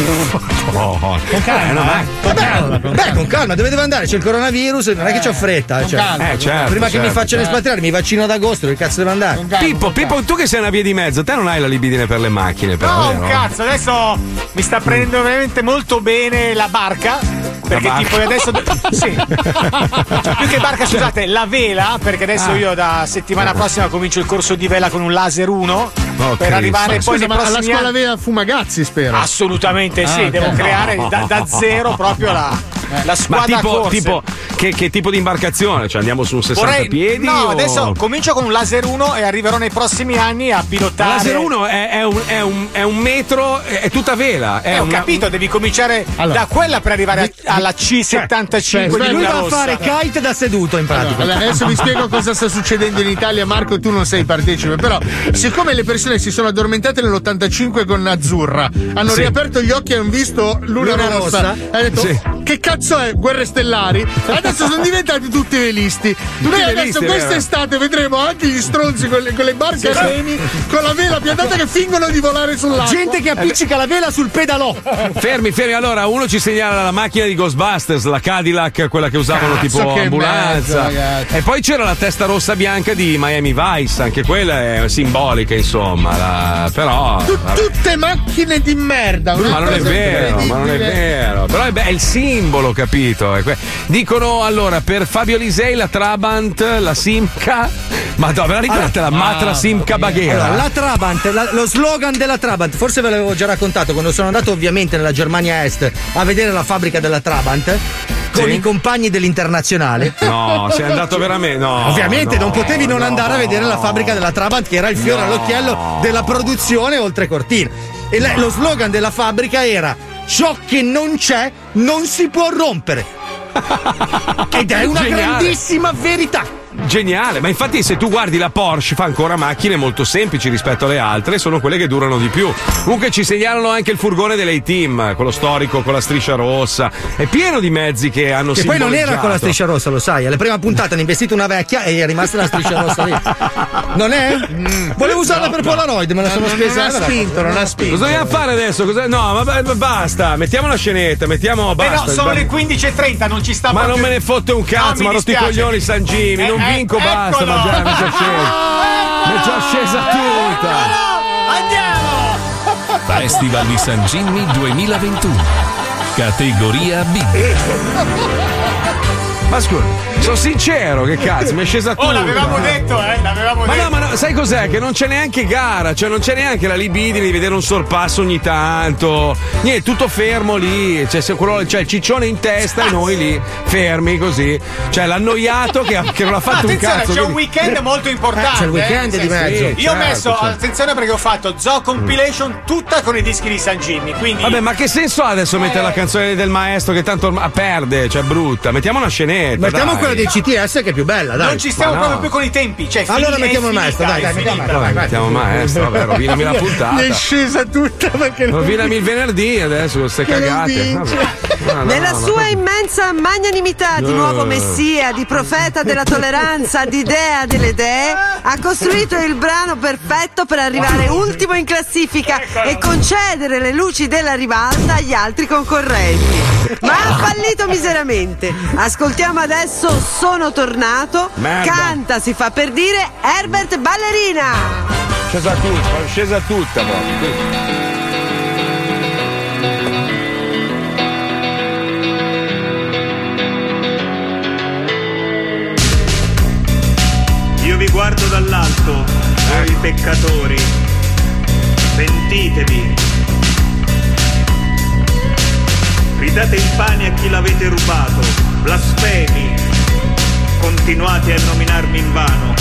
Con calma. Beh, con calma, dove deve andare? C'è il coronavirus, non è che c'ho fretta. Certo, prima che mi facciano espatriare, mi vaccino ad agosto, dove cazzo devo andare? Pippo, tu che sei una via di mezzo, te non hai la libidine per le macchine, però. No, un cazzo, adesso mi sta prendendo veramente molto bene la barca. Perché tipo adesso. Sì. Più che barca, scusate, la vela, perché adesso io da settimana prossima comincio il corso di vela con un laser 1. Per arrivare poi nei prossimi alla scuola vela Fumagazzi, spero. Assolutamente sì, devo creare da zero proprio la squadra. Ma tipo che tipo di imbarcazione? Cioè andiamo su un 60 piedi? No, adesso comincio con un laser 1 e arriverò nei prossimi anni a pilotare. Il laser 1 è un metro, è tutta vela. Ho capito, devi cominciare da quella per arrivare alla C75 di lui va a fare kite da seduto in pratica. Allora, adesso vi spiego cosa sta succedendo in Italia. Marco, tu non sei partecipe, però siccome le persone si sono addormentate nell'85 con Azzurra, hanno riaperto gli occhi e hanno visto Luna Rossa, ha detto che cazzo è Guerre Stellari? Adesso sono diventati tutti velisti. Noi adesso quest'estate vedremo anche gli stronzi con le barche a remi con la vela piantata che fingono di volare sull'acqua. Gente che appiccica la vela sul pedalò. Fermi. Allora, uno ci segnala la macchina di Ghostbusters, la Cadillac, quella che usavano tipo ambulanza. E poi c'era la testa rossa bianca di Miami Vice, anche quella è simbolica, insomma. Però. Tutte macchine di merda. Ma non è vero. Però è il simbolo, capito? Dicono allora per Fabio Lisei la Trabant, la Simca. Ma dove la ricordate la Matra Simca Baghera? Allora, la Trabant, lo slogan della Trabant, forse ve l'avevo già raccontato quando sono andato ovviamente nella Germania Est a vedere la fabbrica della Trabant con i compagni dell'internazionale. No, sei andato veramente? No. Ovviamente non potevi non andare a vedere la fabbrica della Trabant, che era il fiore all'occhiello della produzione oltre cortina. E lo slogan della fabbrica era: ciò che non c'è non si può rompere. Ed è una grandissima verità. Geniale, ma infatti se tu guardi la Porsche fa ancora macchine molto semplici rispetto alle altre, sono quelle che durano di più. Comunque ci segnalano anche il furgone dell'A-Team, quello storico con la striscia rossa, è pieno di mezzi che hanno Che poi non era con la striscia rossa, lo sai, alla prima puntata hanno investito una vecchia e è rimasta la striscia rossa lì. Non è? Volevo usarla per Polaroid, me la sono spesa. Non ha spinto. Cosa dobbiamo fare adesso? No, ma basta, mettiamo la scenetta, basta. Beh no, sono le 15:30, non ci sta ma proprio. non me ne fotte un cazzo, ma rotto i coglioni San Jimmy, non vinco, basta, ma già mi è già scesa tutta. Andiamo! Festival di San Jimmy 2021. Categoria B. Ma scusa, sono sincero, che cazzo, mi è scesa tutta. L'avevamo detto, l'avevamo detto. Ma no, sai cos'è? Che non c'è neanche gara, cioè non c'è neanche la libidine di vedere un sorpasso ogni tanto. Niente, tutto fermo lì, c'è il ciccione in testa e noi lì, fermi così. Cioè l'annoiato che non ha fatto un cazzo. C'è un weekend molto importante. C'è il weekend di mezzo. Io ho messo, attenzione perché ho fatto Zoo Compilation tutta con i dischi di San Jimmy, quindi. Vabbè, ma che senso ha adesso mettere la canzone del maestro che tanto perde, cioè brutta? Mettiamo una scenetta. Mettiamo quella dei CTS che è più bella, dai. Non ci stiamo proprio più con i tempi. Cioè, allora mettiamo il maestro, dai, mettiamo il maestro, vabbè, rovinami la puntata. Mi è scesa tutta perché rovinami il venerdì adesso con queste cagate. Nella sua immensa magnanimità di nuovo messia, di profeta della tolleranza, di dea delle dee, ha costruito il brano perfetto per arrivare ultimo in classifica e concedere le luci della ribalta agli altri concorrenti. Ma ha fallito miseramente. Ascoltiamo adesso Sono tornato. Merda. Canta, si fa per dire, Herbert Ballerina. Scesa tutta proprio. Io vi guardo dall'alto, voi peccatori, pentitevi. Ridate il pane a chi l'avete rubato, blasfemi, continuate a nominarmi invano.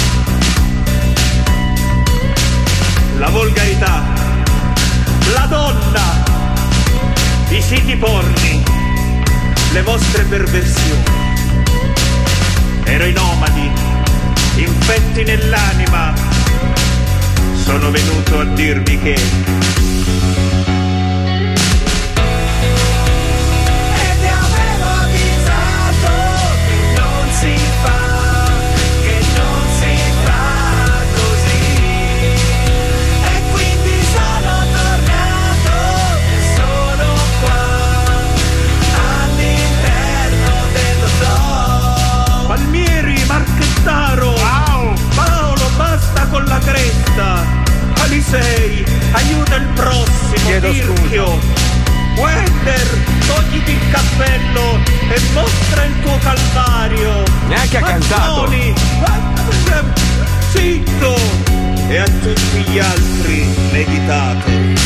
La volgarità, la donna, i siti porni, le vostre perversioni. Ero i nomadi, infetti nell'anima, sono venuto a dirvi che Paolo, basta con la cresta. Alisei, aiuta il prossimo. Tirchio, Wender, togliti il cappello e mostra il tuo calvario. Neanche ha cantato. Zitto. E a tutti gli altri meditate.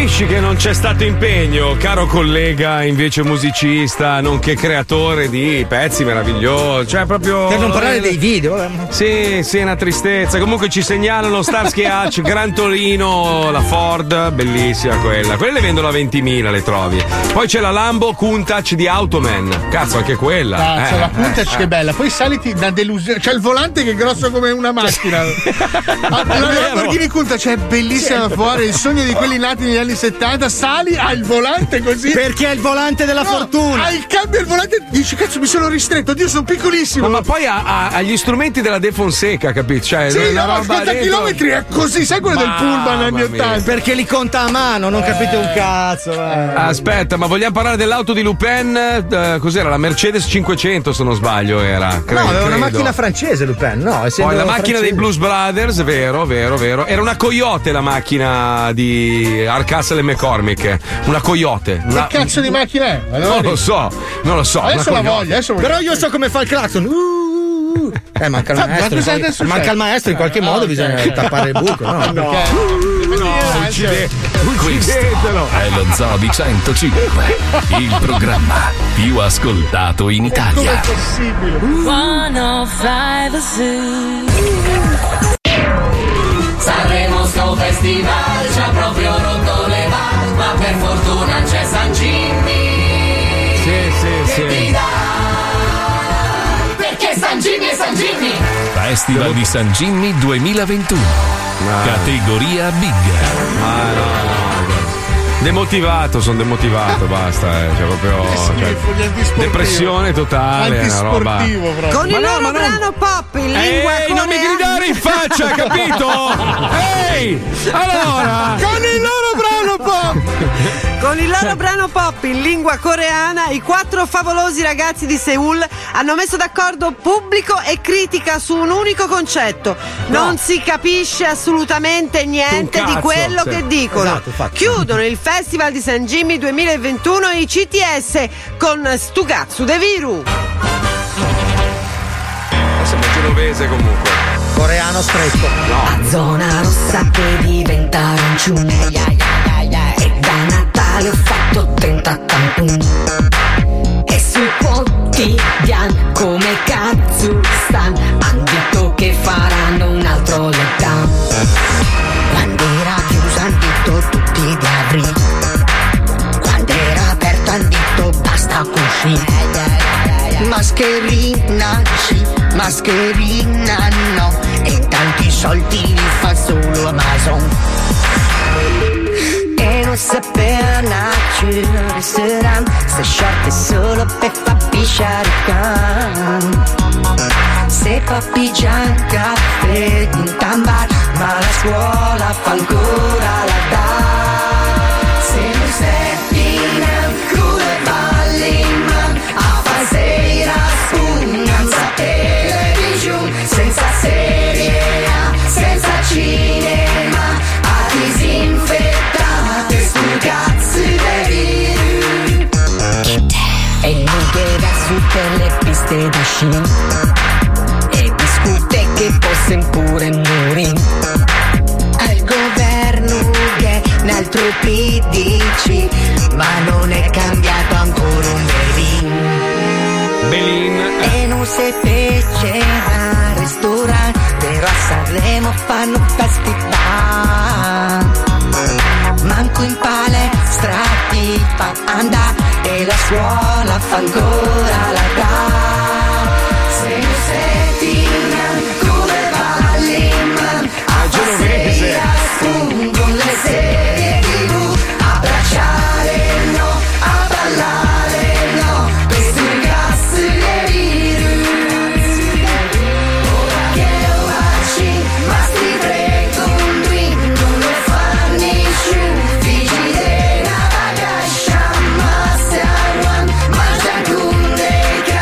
capisci che non c'è stato impegno, caro collega, invece musicista, nonché creatore di pezzi meravigliosi. Cioè, proprio. Per non parlare dei video, Sì, è una tristezza. Comunque ci segnalano Starsky Hutch, Gran Torino, la Ford, bellissima quella. Quelle le vendono a 20.000, le trovi. Poi c'è la Lambo Countach di Automan. Cazzo, anche quella. Cazzo, la Countach che è bella. Poi saliti da delusione. C'è il volante che è grosso come una macchina. La Lamborghini Countach è bellissima fuori. Il sogno di quelli nati negli anni 70. Sali, ha il volante così. Perché è il volante della fortuna. Ha il cambio e il volante. Dici, cazzo, mi sono ristretto. Dio, sono piccolissimo. Ma poi ha gli strumenti della De Fonseca, capito? Cioè, sì, una roba 50 dentro. chilometri è così. Sai quello del pullman anni 80? Perché li conta a mano, non capite un cazzo. Aspetta, ma vogliamo parlare dell'auto di Lupin? Cos'era? La Mercedes 500, se non sbaglio, era. No, aveva una macchina francese, Lupin. No, poi la macchina dei Blues Brothers, vero. Era una Coyote la macchina di Arcastle e McCormick. Una Coyote. Che cazzo di macchina è? Non lo so. Adesso la voglio, Però io so come fa il clacson. Manca il maestro. Manca il maestro, in qualche modo bisogna tappare il buco. No, uccidetelo. È lo Zobi 105, il programma più ascoltato in Italia. Com'è possibile? 105 Sanremo sto festival ci ha proprio rotto le balle, ma per fortuna c'è San Jimmy. Sì. Ti dà, perché San Jimmy è San Jimmy. Festival di San Jimmy 2021. Categoria Big. Sono demotivato, basta. Cioè, proprio. Depressione totale. Antisportivo proprio. Con il loro brano pop in lingua coreana. Non mi gridare in faccia, capito? Ehi! Allora! Con il loro brano pop! Con il loro brano pop in lingua coreana, i 4 favolosi ragazzi di Seoul hanno messo d'accordo pubblico e critica su un unico concetto. Non si capisce assolutamente niente di quello che dicono. Esatto, Chiudono il Festival di San Jimmy 2021 i CTS con Stugatsu De Viru. Sembra genovese comunque. Coreano stretto. A zona rossa che diventa arancione. E da Natale ho fatto 30 tamponi. E sui quotidiani come cazzo stanno, han detto che faranno un altro lockdown. Quando era chiuso han detto tutti di aprile. Quando era aperto han detto basta così. Mascherina sì, mascherina no, e tanti soldi li fa solo Amazon. E non sapeva chiudere il ristorante, sta short è solo per far pisciare il can. Se papi già un caffè in tambar, ma la scuola fa ancora la dà. Se non sei in alcune balliman a far sera senza televisione, senza serie A, senza cinema, a disinfettate stu cazzo di virus. E non chiede su per le piste da sci, e discute che possono pure morire. Al governo che un altro PDC, ma non è cambiato ancora un Belin. E non si fece al ristorante, però a Sanremo fanno festival. Manco in palestra ti fa andare, e la scuola fa ancora la dà. Se non sei in come balliman a genovese con le serie TV, abbracciare no, a ballare no, questo è il gas dei virus. Ora che lo vaccino, ma sti prego un drink, non lo fa nessuno. Vigile una bagascia, ma se a one, mangia con dei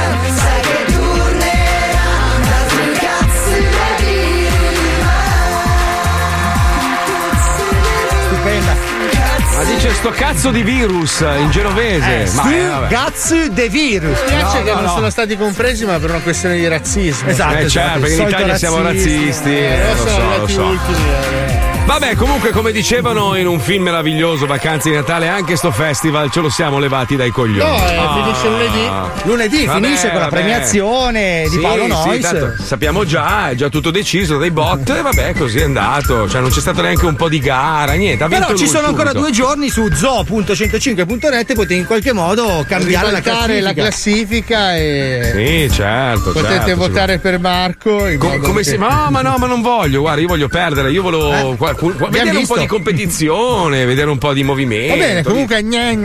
questo cazzo di virus in genovese. Vabbè. Cazzo de virus. Mi piace che non sono stati compresi, ma per una questione di razzismo. Esatto, certo, perché in Italia siamo razzisti. Lo so. Vabbè, comunque, come dicevano in un film meraviglioso, Vacanze di Natale, anche sto festival ce lo siamo levati dai coglioni. No, finisce lunedì. Lunedì finisce con la premiazione di Paolo Noyes. Tanto sappiamo già, è già tutto deciso dai bot. E vabbè, così è andato. Cioè, non c'è stato neanche un po' di gara, niente. Però ci sono ancora 2 giorni su zoo.105.net e potete in qualche modo cambiare la classifica e. Sì, certo. Potete votare per Marco. Ma non voglio, guarda, io voglio perdere, io volevo. Vedere un po' di competizione, vedere un po' di movimento. Va bene, comunque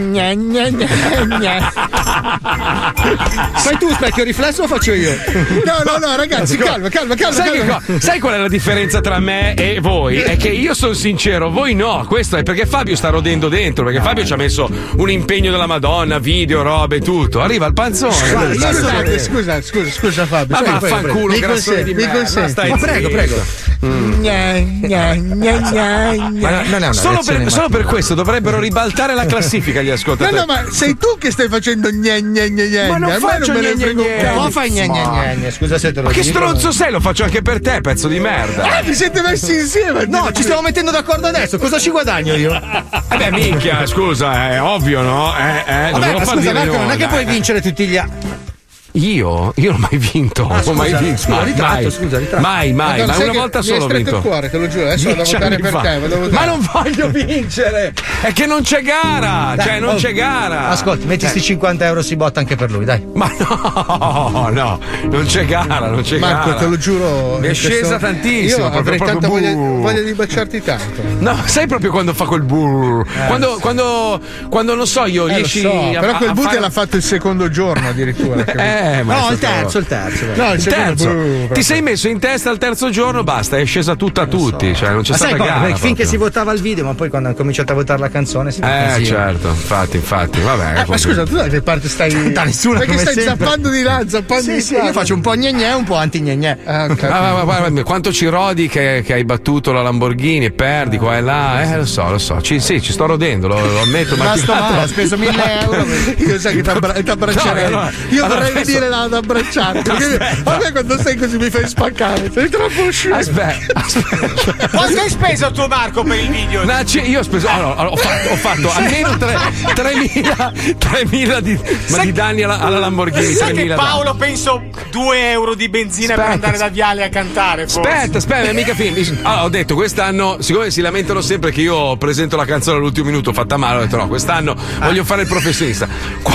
Fai tu specchio riflesso o faccio io? No, ragazzi, calma. Sai qual è la differenza tra me e voi? È che io sono sincero, voi no. Questo è perché Fabio sta rodendo dentro, perché Fabio ci ha messo un impegno della Madonna, video, robe, tutto. Arriva il panzone. Scusa Fabio. Ma vaffanculo, grassone di merda. Ma prego. Solo per questo dovrebbero ribaltare la classifica gli ascoltatori. No, ma sei tu che stai facendo Ma non faccio non fai scusa se te lo dico. Che stronzo sei, lo faccio anche per te, pezzo di merda. Vi siete messi insieme? No, ci stiamo mettendo d'accordo adesso. Cosa ci guadagno io? Beh, minchia, scusa, è ovvio, no? Vabbè, ma scusa, Marco, non è che puoi vincere tutti gli Io non ho mai vinto. Non ho mai vinto. Ritratto. Mai. Ma una volta solo ho vinto. Il cuore, te lo giuro. Adesso vado a votare per te. Ma non voglio vincere. È che non c'è gara. Dai, non c'è gara. Ascolti, metti sti 50 euro si botta anche per lui, dai. Ma no, non c'è gara, Marco, te lo giuro. Mi è scesa tantissimo. Io avrei tanta voglia di baciarti tanto. No, sai proprio quando fa quel burr. Quando non so, io riesci. Però quel burr l'ha fatto il secondo giorno addirittura. No, il terzo. No, il terzo. Ti sei messo in testa al terzo giorno, basta, è scesa tutta a tutti. Cioè, non c'è stata gara. Finché si votava il video, ma poi quando hanno cominciato a votare la canzone si certo, infatti, vabbè. Ma scusa, tu da che parte stai? Da nessuna. Perché stai zappando di là, Sì, io faccio un po' gnè, un po' anti-gnè. Guarda, quanto ci rodi che hai battuto la Lamborghini e perdi qua e là. Lo so. Ci sto rodendo, lo ammetto. Ma ho speso 1.000 euro. Io sai che ti abbraccerei. Io vorrei venire là ad abbracciarti. Vabbè, quando sei così mi fai spaccare. Sei troppo scemo. Aspetta. Quanto hai speso tu, Marco, per il video? Io ho speso. Ho fatto almeno 3.000 di danni alla Lamborghini. Sai che Paolo penso 2 euro di benzina per andare da Viale a cantare. Forse. Aspetta, mica film. Ho detto quest'anno, siccome si lamentano sempre che io presento la canzone all'ultimo minuto fatta male, ho detto no, quest'anno voglio fare il professionista.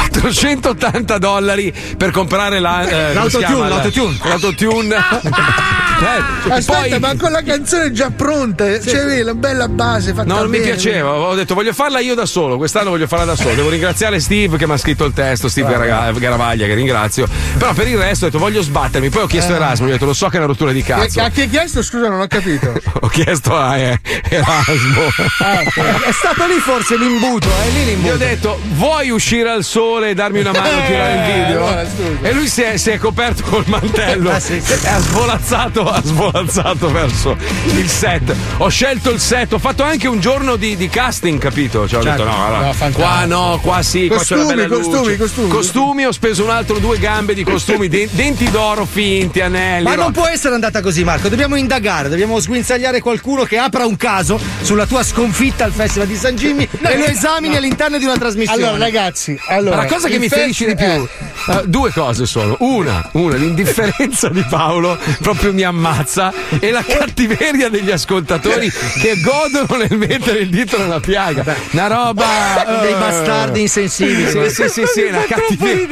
$480 per comprare l'autotune. Aspetta, ma con la canzone già pronta, c'è una bella base fatta non bene. Mi piaceva, ho detto voglio farla io da solo, quest'anno voglio farla da solo. Devo ringraziare Steve che mi ha scritto il testo, Steve Garavaglia, che ringrazio. Però per il resto ho detto voglio sbattermi. Poi ho chiesto Erasmo, gli ho detto lo so che è una rottura di cazzo. A chi hai chiesto? Scusa, non ho capito. Ho chiesto a Erasmo. È stato lì forse l'imbuto, Gli ho detto vuoi uscire al sole e darmi una mano a tirare il video? E lui si è coperto col mantello e ha svolazzato verso il set. Ho scelto il set, ho fatto anche un giorno di casting, capito? Cioè, ho detto qua sì, qua c'è la bella luce. Costumi, ho speso un altro 2 gambe di costumi, denti d'oro finti, anelli. Ma non può essere andata così, Marco, dobbiamo indagare, dobbiamo sguinzagliare qualcuno che apra un caso sulla tua sconfitta al Festival di San Jimmy e lo esamini all'interno di una trasmissione. Allora, ragazzi, la cosa che mi ferisce di più, 2 cose sono. Una, l'indifferenza di Paolo proprio mi ammazza, e la cattiveria degli ascoltatori che godono nel mettere il dito nella piaga. Una roba dei bastardi insensibili. Sì, una cattiveria.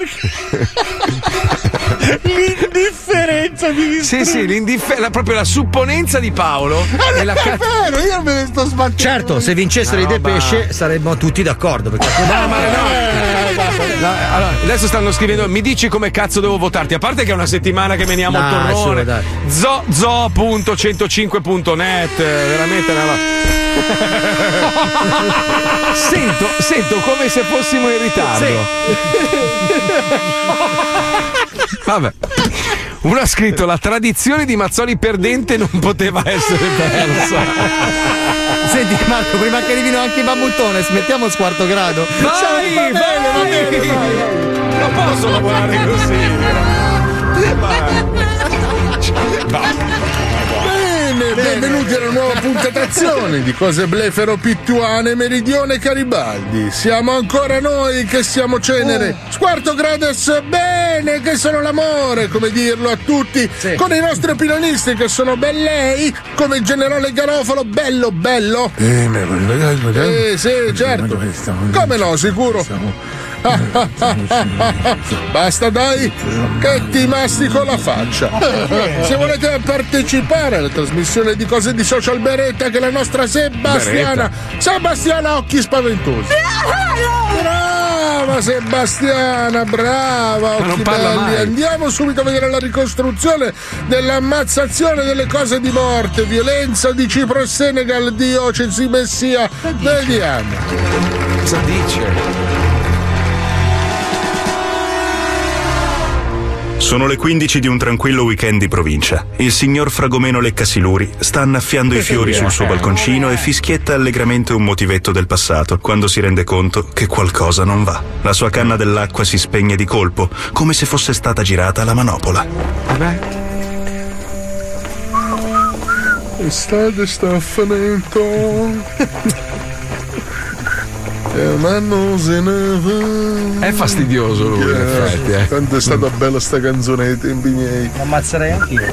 L'indifferenza di proprio la supponenza di Paolo. È vero, io me ne sto sbattendo. Certo, se vincessero i Depesce saremmo tutti d'accordo. Perché allora, adesso stanno scrivendo, mi dici come cazzo devo votarti? A parte che è una settimana che veniamo al torrone. Zo.105.net, veramente sento come se fossimo in ritardo. Sì. Vabbè. Uno ha scritto: la tradizione di Mazzoli perdente non poteva essere persa. Senti Marco, prima che arrivino anche i Babbuttone, smettiamo Squarto Grado. Vai. Non posso lavorare così. Bene, benvenuti alla nuova puntatazione di Cose Blefero Pittuane Meridione Garibaldi. Siamo ancora noi che siamo cenere. Squarto Grades, bene, che sono l'amore, come dirlo a tutti, con i nostri opinionisti che sono bellei, come il generale Garofalo, bello. Sì, certo. Come no, sicuro. Basta dai, che ti mastico la faccia. Se volete partecipare alla trasmissione di Cose di Social Beretta, che è la nostra Sebastiana Occhi Spaventosi. Brava Sebastiana, brava, occhi belli. Andiamo subito a vedere la ricostruzione dell'ammazzazione delle cose di morte, violenza di Cipro e Senegal, diocesi Messia. Vediamo. Cosa dice? Sono le 15 di un tranquillo weekend di provincia. Il signor Fragomeno Leccasiluri sta annaffiando i fiori sul suo balconcino e fischietta allegramente un motivetto del passato quando si rende conto che qualcosa non va. La sua canna dell'acqua si spegne di colpo, come se fosse stata girata la manopola. L'estate sta finendo. Un anno se ne va. È fastidioso lui, in effetti. Tanto è stata bella sta canzone ai tempi miei. Mi ammazzerei anch'io.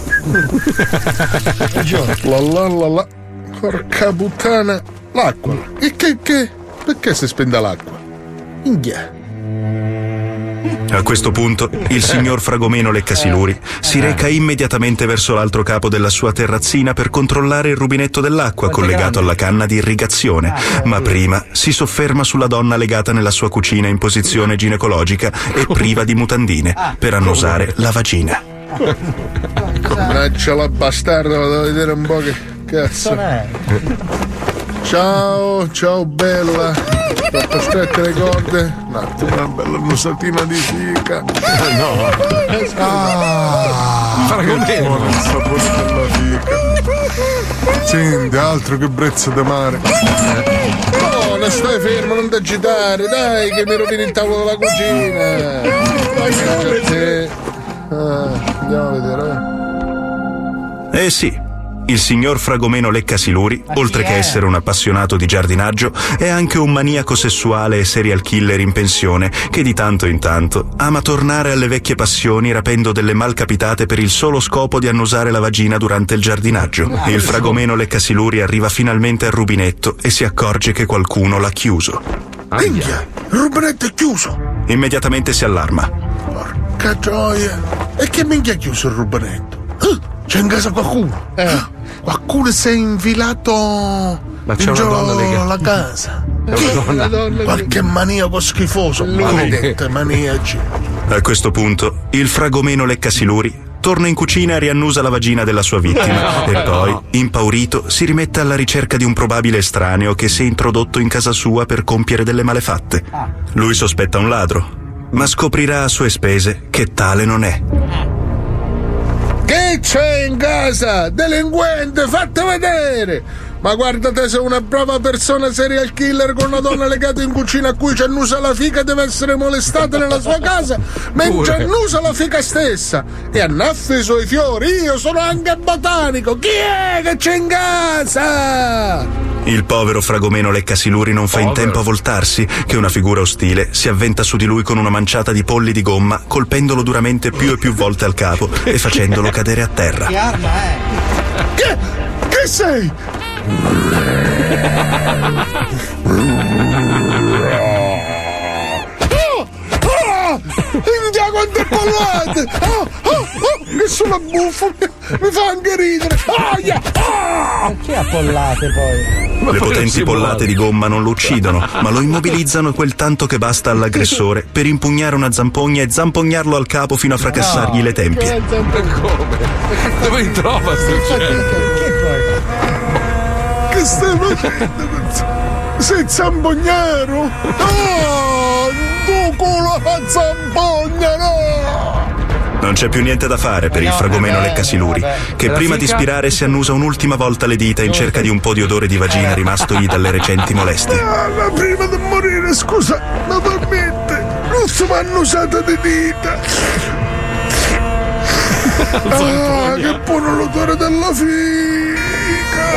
La. Porca puttana. L'acqua. E che? Perché si spende l'acqua? Inghia. A questo punto il signor Fragomeno Leccasiluri si reca immediatamente verso l'altro capo della sua terrazzina per controllare il rubinetto dell'acqua collegato alla canna di irrigazione, ma prima si sofferma sulla donna legata nella sua cucina in posizione ginecologica e priva di mutandine per annusare la vagina. Mannaggia la bastarda, vado a vedere un po' che cazzo. Ciao bella. Troppo strette le corde. Un attimo, una bella annusatina di fica. No. Fragomeno. Il sapore della fica. Senti, altro che brezza di mare. No, non stai fermo, non ti agitare. Dai, che mi rovini il tavolo della cucina. Andiamo a vedere. Sì. Il signor Fragomeno Leccasiluri, oltre che essere un appassionato di giardinaggio, è anche un maniaco sessuale e serial killer in pensione che di tanto in tanto ama tornare alle vecchie passioni rapendo delle malcapitate per il solo scopo di annusare la vagina durante il giardinaggio. Il Fragomeno Leccasiluri arriva finalmente al rubinetto e si accorge che qualcuno l'ha chiuso. Minchia, il rubinetto è chiuso! Immediatamente si allarma. Porca gioia! E che minchia ha chiuso il rubinetto? C'è in casa qualcuno? Qualcuno si è infilato in giù alla casa. Qualche maniaco schifoso, maledette maniaci. A questo punto, il Fragomeno Leccasiluri torna in cucina e riannusa la vagina della sua vittima e poi, impaurito, si rimette alla ricerca di un probabile estraneo che si è introdotto in casa sua per compiere delle malefatte. Lui sospetta un ladro, ma scoprirà a sue spese che tale non è. Che c'è in casa? Delinquente, fate vedere! Ma guarda te, se una brava persona serial killer con una donna legata in cucina a cui ci annusa la fica deve essere molestata nella sua casa, mentre annusa la fica stessa e annaffa i suoi fiori. Io sono anche botanico. Chi è che c'è in casa? Il povero Fragomeno Leccasiluri non fa in tempo a voltarsi che una figura ostile si avventa su di lui con una manciata di polli di gomma, colpendolo duramente più e più volte al capo e facendolo cadere a terra. Che arma è? Che sei? India quante pollate! Che sono buffo! Mi fa anche ridere! Perché ha pollate poi? Le potenti pollate di gomma non lo uccidono, ma lo immobilizzano quel tanto che basta all'aggressore per impugnare una zampogna e zampognarlo al capo fino a fracassargli le tempie. Come? Dove li trova sto Che stai facendo? Sei zampognaro? No! Tu culo a zampogna, no! Non c'è più niente da fare per il fragomeno Leccasiluri, che prima di spirare si annusa un'ultima volta le dita in cerca di un po' di odore di vagina rimastogli dalle recenti molestie. Ma prima di morire, scusa, ma permette? Non si mi hanno usato di dita. Che buono l'odore della fica.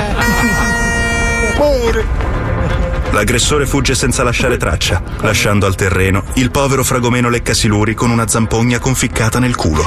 Amore. L'aggressore fugge senza lasciare traccia, lasciando al terreno il povero fragomeno Leccasiluri con una zampogna conficcata nel culo.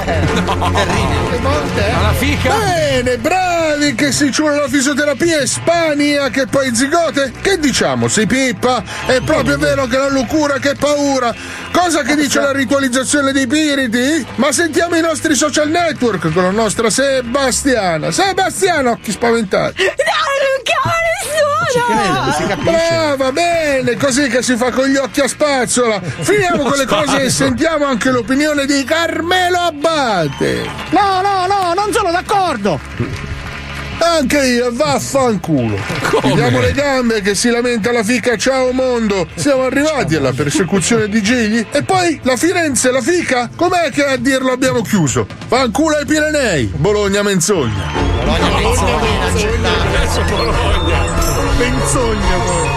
La fica? Bene, bravi che si ciula la fisioterapia e spania che poi zigote. Che diciamo, si pippa? È proprio vero che la locura, che paura. Cosa che dice la ritualizzazione dei piriti? Ma sentiamo i nostri social network con la nostra Sebastiana. Sebastiano, occhi spaventati. No, non chiama nessuno! Si brava, bene, così che si fa con gli occhi a spazzola. Finiamo con le cose e sentiamo anche l'opinione di Carmelo Abbate. No, non sono d'accordo. Anche io, vaffanculo. Vediamo le gambe che si lamenta la fica, ciao mondo. Siamo arrivati alla persecuzione di Gigli. E poi la Firenze, la fica? Com'è che a dirlo abbiamo chiuso? Fanculo ai Pirenei, Bologna menzogna. Menzogna poi.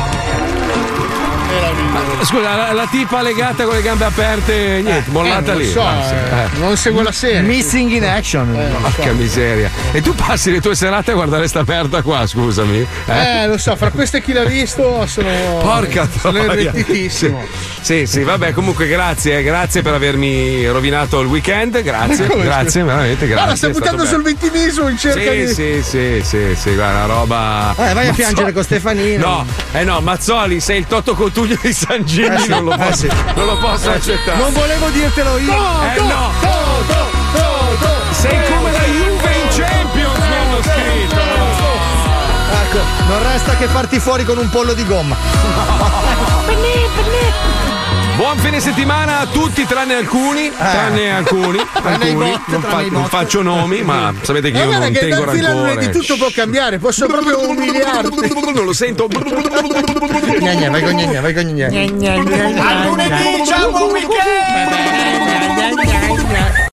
Scusa, la tipa legata con le gambe aperte, niente, mollata non lì. so, non seguo la serie. Missing in action. Porca miseria. E tu passi le tue serate a guardare sta merda qua, scusami. Lo so, fra queste chi l'ha visto sono. Porca sono troia. irretitissimo. Sì, vabbè, comunque grazie per avermi rovinato il weekend. Grazie, veramente grazie. Ma stai buttando sul vittimismo in cerca di. Sì, guarda, una roba. Vai a piangere con Stefanino. No, Mazzoli, sei il Toto Cotugno di San Gini, non lo posso accettare. Non volevo dirtelo io. No. Sei come la Juve in Champions, mi hanno scritto. Ecco, non resta che farti fuori con un pollo di gomma. Buon fine settimana a tutti, tranne alcuni. Non faccio nomi, ma sapete che io non tengo rancore. Di tutto può cambiare, posso proprio umiliarti. Non lo sento. Vai con gnagna. Al lunedì, ciao, buon weekend!